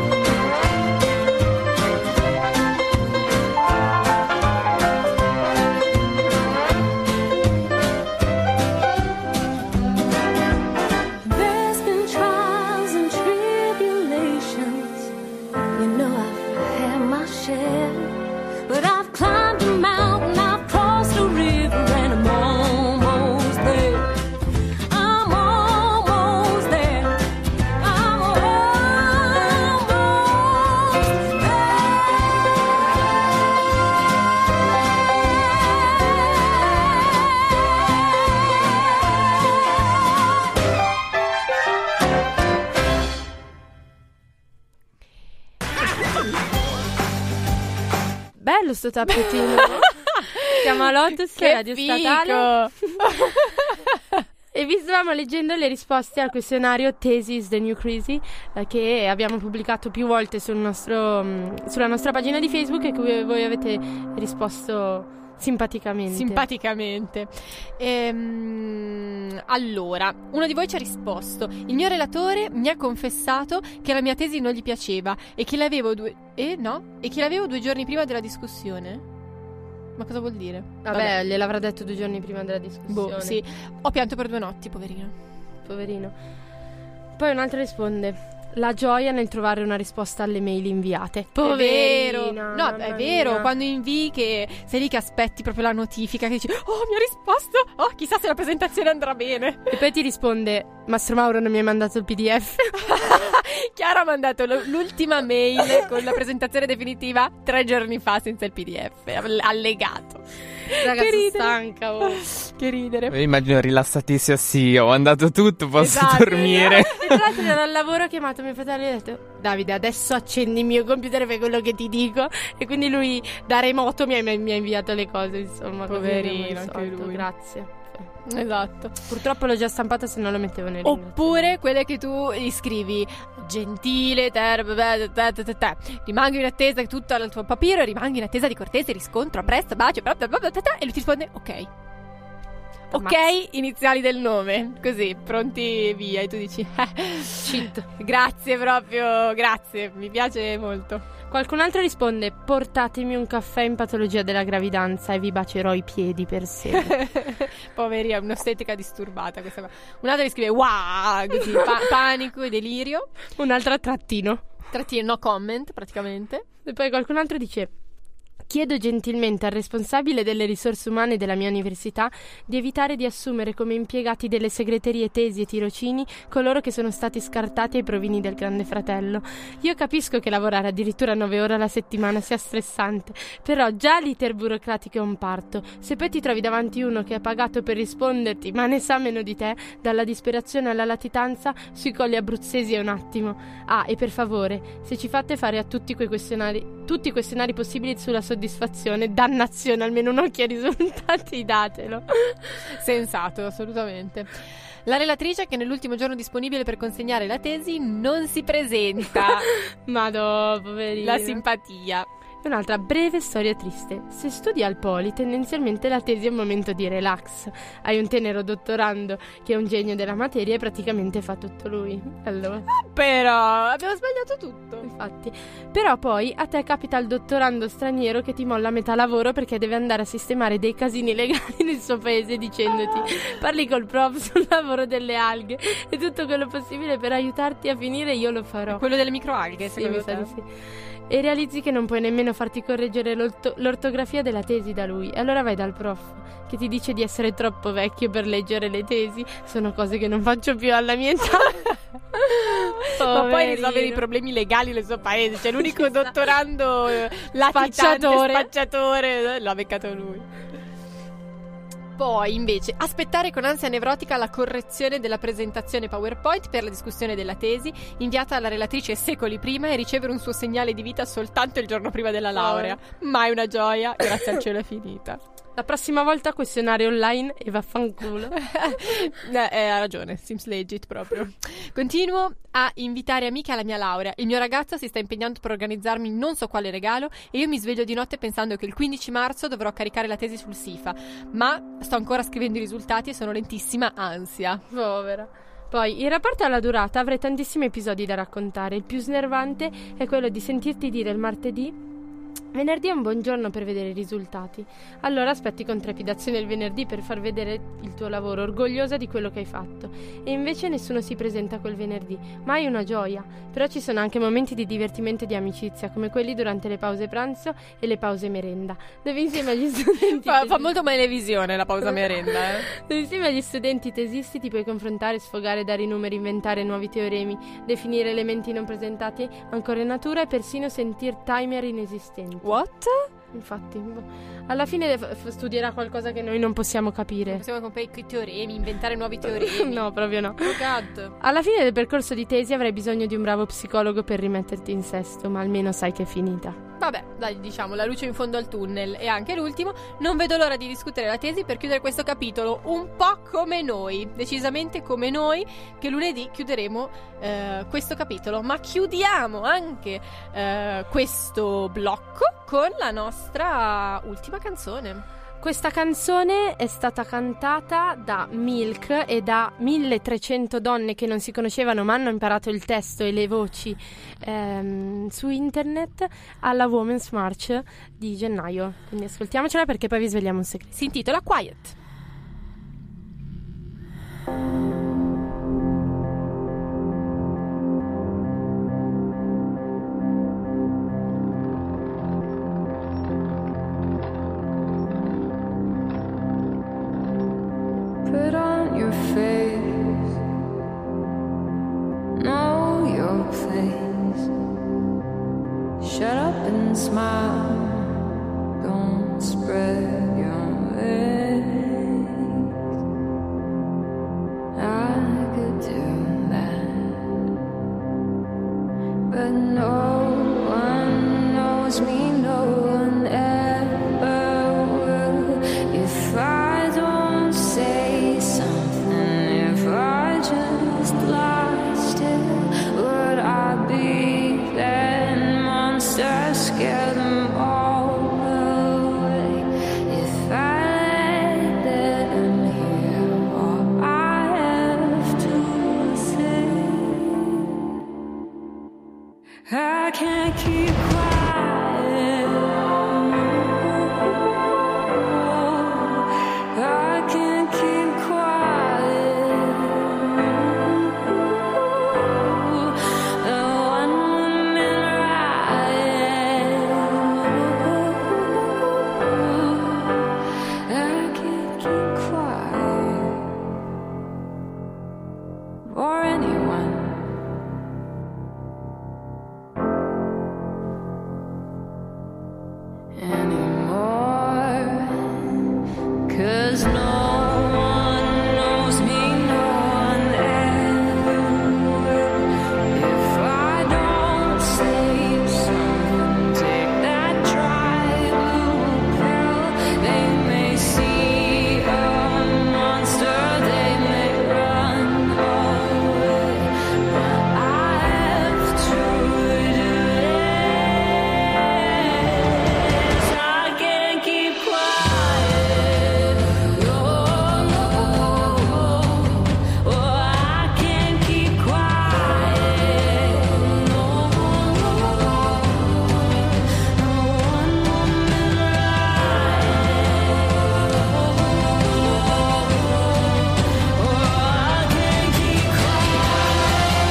There's been trials and tribulations, you know I've had my share. But I've climbed a mountain, I've crossed a river, and I'm almost there. I'm almost there. I'm almost Bello sto tappetino. Siamo a Lotus, Che Radio figo! Statale. E vi stavamo leggendo le risposte al questionario Tesi is the New Crazy, eh, che abbiamo pubblicato più volte sul nostro, mh, sulla nostra pagina di Facebook, e che voi avete risposto Simpaticamente. Simpaticamente. Ehm, allora, uno di voi ci ha risposto: il mio relatore mi ha confessato che la mia tesi non gli piaceva e che l'avevo due eh, no? E che l'avevo due giorni prima della discussione. Ma cosa vuol dire? Vabbè, Vabbè. gliel'avrà detto due giorni prima della discussione. Boh, sì. Ho pianto per due notti, poverino. Poverino. Poi un altro risponde: la gioia nel trovare una risposta alle mail inviate. Povero. No, è vero, mia. Quando invii che sei lì che aspetti proprio la notifica che dici: oh, mi ha risposto. Oh, chissà se la presentazione andrà bene. E poi ti risponde: Mastro Mauro non mi hai mandato il P D F. Chiara ha mandato l'ultima mail con la presentazione definitiva tre giorni fa senza il P D F allegato. Ragazzi, che stanca, oh. Che ridere. Io immagino rilassatissima, sì, ho mandato tutto, posso esatto, dormire. E tra l'altro dal lavoro ho chiamato mio fratello e ho detto: Davide, adesso accendi il mio computer e fai quello che ti dico. E quindi lui da remoto mi ha, mi ha inviato le cose, insomma. Poverino, anche lui. Grazie. Esatto. Purtroppo l'ho già stampata, se no lo mettevo nel Oppure quelle che tu gli scrivi: gentile ter, te, te, te, te, te. Rimango in attesa di tutto il tuo papiro e rimango in attesa di cortese riscontro, a presto, bacio, bla bla bla bla, e lui ti risponde: ok. Ok, iniziali del nome, così, pronti via. E tu dici: eh, shit. Grazie proprio, grazie, mi piace molto. Qualcun altro risponde: portatemi un caffè in patologia della gravidanza e vi bacerò i piedi per sempre. Poveria, un'ostetrica disturbata questa qua. Un altro gli scrive: wow, così, pa- panico e delirio. Un altro trattino. Trattino, no comment praticamente. E poi qualcun altro dice: chiedo gentilmente al responsabile delle risorse umane della mia università di evitare di assumere come impiegati delle segreterie tesi e tirocini coloro che sono stati scartati ai provini del Grande Fratello. Io capisco che lavorare addirittura nove ore alla settimana sia stressante, però già l'iter burocratico è un parto. Se poi ti trovi davanti uno che è pagato per risponderti ma ne sa meno di te, dalla disperazione alla latitanza sui colli abruzzesi è un attimo. Ah, e per favore, se ci fate fare a tutti quei questionari tutti i questionari possibili sulla soddisfazione, dannazione, almeno un occhio ai risultati, datelo. Sensato, assolutamente. La relatrice, che nell'ultimo giorno disponibile per consegnare la tesi, non si presenta. Madò, poverina. La simpatia. E un'altra breve storia triste. Se studi al Poli, tendenzialmente la tesi è un momento di relax. Hai un tenero dottorando che è un genio della materia e praticamente fa tutto lui. Allora, però abbiamo sbagliato tutto. Infatti. Però poi a te capita il dottorando straniero che ti molla a metà lavoro perché deve andare a sistemare dei casini legali nel suo paese, dicendoti: parli col prof sul lavoro delle alghe e tutto quello possibile per aiutarti a finire io lo farò. Quello delle microalghe, sì, mi sa di sì. E realizzi che non puoi nemmeno farti correggere l'orto- l'ortografia della tesi da lui. E allora vai dal prof, che ti dice di essere troppo vecchio per leggere le tesi. Sono cose che non faccio più alla mia età. Ma poi risolvere i problemi legali nel suo paese. Cioè l'unico dottorando latitante, spacciatore, l'ha beccato lui. Poi invece aspettare con ansia nevrotica la correzione della presentazione PowerPoint per la discussione della tesi inviata alla relatrice secoli prima e ricevere un suo segnale di vita soltanto il giorno prima della laurea. Mai una gioia, grazie al cielo è finita. La prossima volta questionario online e vaffanculo. eh, eh, ha ragione, seems legit proprio. Continuo a invitare amiche alla mia laurea. Il mio ragazzo si sta impegnando per organizzarmi non so quale regalo e io mi sveglio di notte pensando che il quindici marzo dovrò caricare la tesi sul SIFA. Ma sto ancora scrivendo i risultati e sono lentissima ansia. Povera. Poi, in rapporto alla durata, avrei tantissimi episodi da raccontare. Il più snervante è quello di sentirti dire il martedì: venerdì è un buon giorno per vedere i risultati. Allora aspetti con trepidazione il venerdì per far vedere il tuo lavoro, orgogliosa di quello che hai fatto. E invece nessuno si presenta quel venerdì. Mai una gioia. Però ci sono anche momenti di divertimento e di amicizia, come quelli durante le pause pranzo e le pause merenda, dove insieme agli studenti fa, fa molto televisione la pausa merenda, eh? Dove insieme agli studenti tesisti ti puoi confrontare, sfogare, dare i numeri, inventare nuovi teoremi, definire elementi non presentati ancora in natura e persino sentir timer inesistenti. What? Infatti, alla fine f- studierà qualcosa che noi non possiamo capire. Non possiamo comprare i teoremi, inventare nuovi teoremi. No, proprio no. Oh God. Alla fine del percorso di tesi avrai bisogno di un bravo psicologo per rimetterti in sesto, ma almeno sai che è finita. Vabbè, dai, diciamo, la luce in fondo al tunnel. E anche l'ultimo: non vedo l'ora di discutere la tesi per chiudere questo capitolo un po' come noi, decisamente come noi, che lunedì chiuderemo eh, questo capitolo. Ma chiudiamo anche eh, questo blocco con la nostra ultima canzone. Questa canzone è stata cantata da Milk e da milletrecento donne che non si conoscevano ma hanno imparato il testo e le voci ehm, su internet alla Women's March di gennaio. Quindi ascoltiamocela perché poi vi svegliamo un segreto. Si intitola Quiet. Put on your face, know your place. Shut up and smile, don't spread your wings. I could do that, but no one knows me, no one ever will. If I don't say something, if I just lie still, would I be that monster, scare them all away? If I let them hear all I have to say, I can't keep quiet. I can't keep quiet. The one woman riot. I can't keep quiet for anyone. Anymore, 'cause no one knows me, no one ever will. If I don't say something, take that dry blue pill, they may see a monster, they may run away, but I have to do this. I can't keep quiet. Oh, oh, I can't keep quiet. No, no one woman riot. Oh, I can't keep quiet.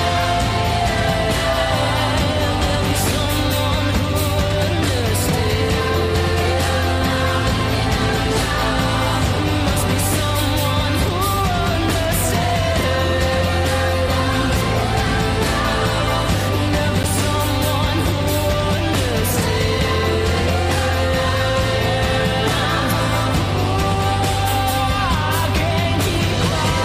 There'll be someone who understands. Must be someone who understands. Never someone who understands. I can't keep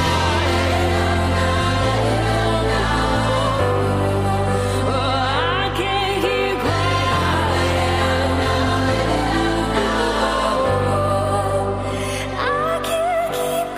quiet. I can't keep quiet. I can't keep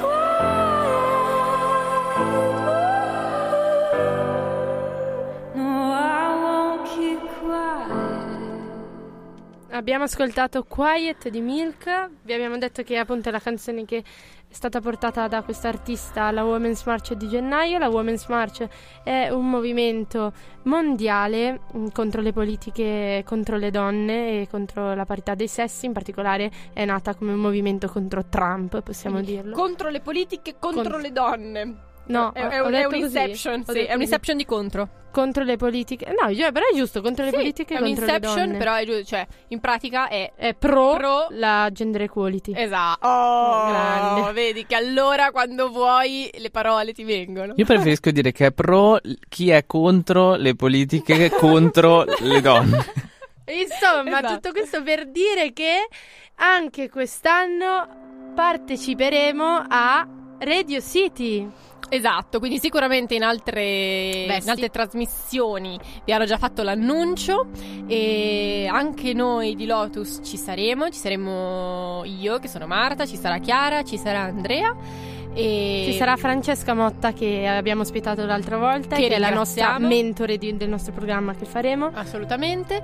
quiet. No, I won't keep quiet. Abbiamo ascoltato Quiet di Milk. Vi abbiamo detto che appunto è la canzone che è stata portata da questa artista alla Women's March di gennaio. La Women's March è un movimento mondiale mh, contro le politiche, contro le donne e contro la parità dei sessi. In particolare è nata come un movimento contro Trump, possiamo dirlo. Contro le politiche, contro Contro- le donne. No, È, ho- è, ho un- è detto un così. inception, Ho sì, detto è un così. inception di contro. Contro le politiche. No, io- però è giusto, contro le Sì, politiche è e un contro le inception, donne. però è giusto, cioè, in pratica è È pro, pro- la gender equality. esatto. Oh, Grande. vedi che allora quando vuoi le parole ti vengono. Io preferisco dire che è pro chi è contro le politiche contro le donne. Insomma, Esatto. tutto questo per dire che anche quest'anno parteciperemo a Radio City. Esatto, quindi sicuramente in altre, Vesti. in altre trasmissioni vi hanno già fatto l'annuncio e anche noi di Lotus ci saremo, ci saremo io che sono Marta, ci sarà Chiara, ci sarà Andrea E ci sarà Francesca Motta, che abbiamo ospitato l'altra volta, che, che è la nostra ringraziamo. mentore di, del nostro programma che faremo. Assolutamente.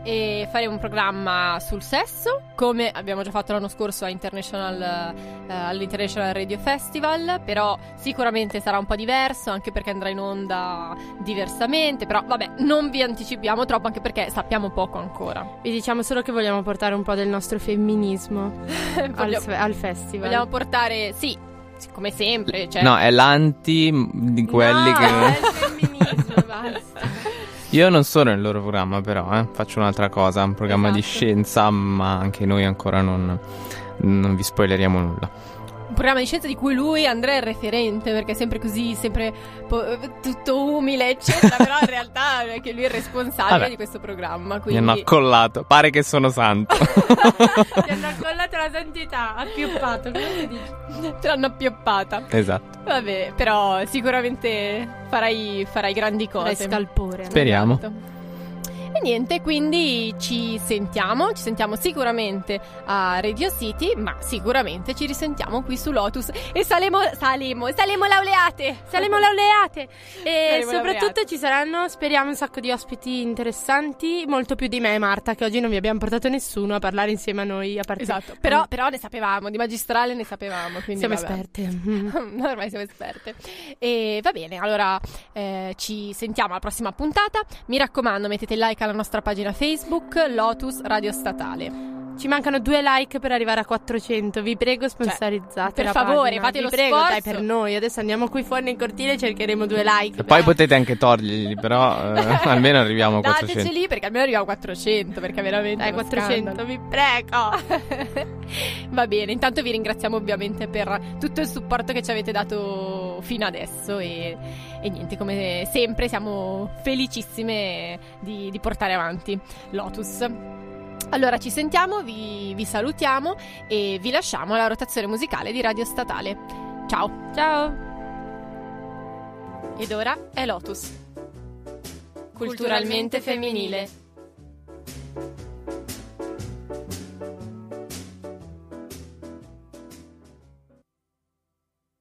E faremo un programma sul sesso, come abbiamo già fatto l'anno scorso a International, eh, all'International Radio Festival, però sicuramente sarà un po' diverso, anche perché andrà in onda diversamente, però vabbè, non vi anticipiamo troppo, anche perché sappiamo poco ancora. Vi diciamo solo che vogliamo portare un po' del nostro femminismo al, Vogliamo- al festival. Vogliamo portare, sì, sì, come sempre, cioè, No, è l'anti di quelli no, che... è il femminismo, basta. Io non sono nel loro programma, però, eh. Faccio un'altra cosa, un programma di Esatto. scienza, ma anche noi ancora non, non vi spoileriamo nulla. un programma di scienza di cui lui, Andrea, è il referente, perché è sempre così, sempre po- tutto umile, eccetera, però in realtà è che lui è il responsabile Vabbè. di questo programma, Mi quindi... hanno accollato, pare che sono santo. Ti hanno accollato la santità, appioppato, come si dice? Te l'hanno appioppata. Esatto. Vabbè, però sicuramente farai, farai grandi cose. Farai scalpore. Speriamo. Esatto. E niente, quindi ci sentiamo, ci sentiamo sicuramente a Radio City, ma sicuramente ci risentiamo qui su Lotus e saremo, saremo, saremo laureate. Saremo laureate e Saremo soprattutto laureate. ci saranno, speriamo, un sacco di ospiti interessanti, molto più di me e Marta, che oggi non vi abbiamo portato nessuno a parlare insieme a noi, a parte Esatto, però, però ne sapevamo, di magistrale ne sapevamo, quindi siamo vabbè. esperte. Ormai siamo esperte. E va bene, allora eh, ci sentiamo alla prossima puntata. Mi raccomando, mettete like alla nostra pagina Facebook, Lotus Radio Statale. Ci mancano due like per arrivare a quattrocento. Vi prego, sponsorizzate per la favore, pagina. fate Vi lo prego, sforzo. dai, per noi. Adesso andiamo qui fuori nel cortile e cercheremo due like. E poi Però- potete anche toglierli, però eh, almeno arriviamo a quattrocento. Dateceli perché almeno arriviamo a quattrocento, perché veramente Dai, è uno quattrocento, scandalo. vi prego. Va bene, intanto vi ringraziamo ovviamente per tutto il supporto che ci avete dato fino adesso e, e niente, come sempre siamo felicissime di, di portare avanti Lotus. Allora ci sentiamo, vi, vi salutiamo e vi lasciamo alla rotazione musicale di Radio Statale. Ciao! Ciao. Ed ora è Lotus. Culturalmente femminile.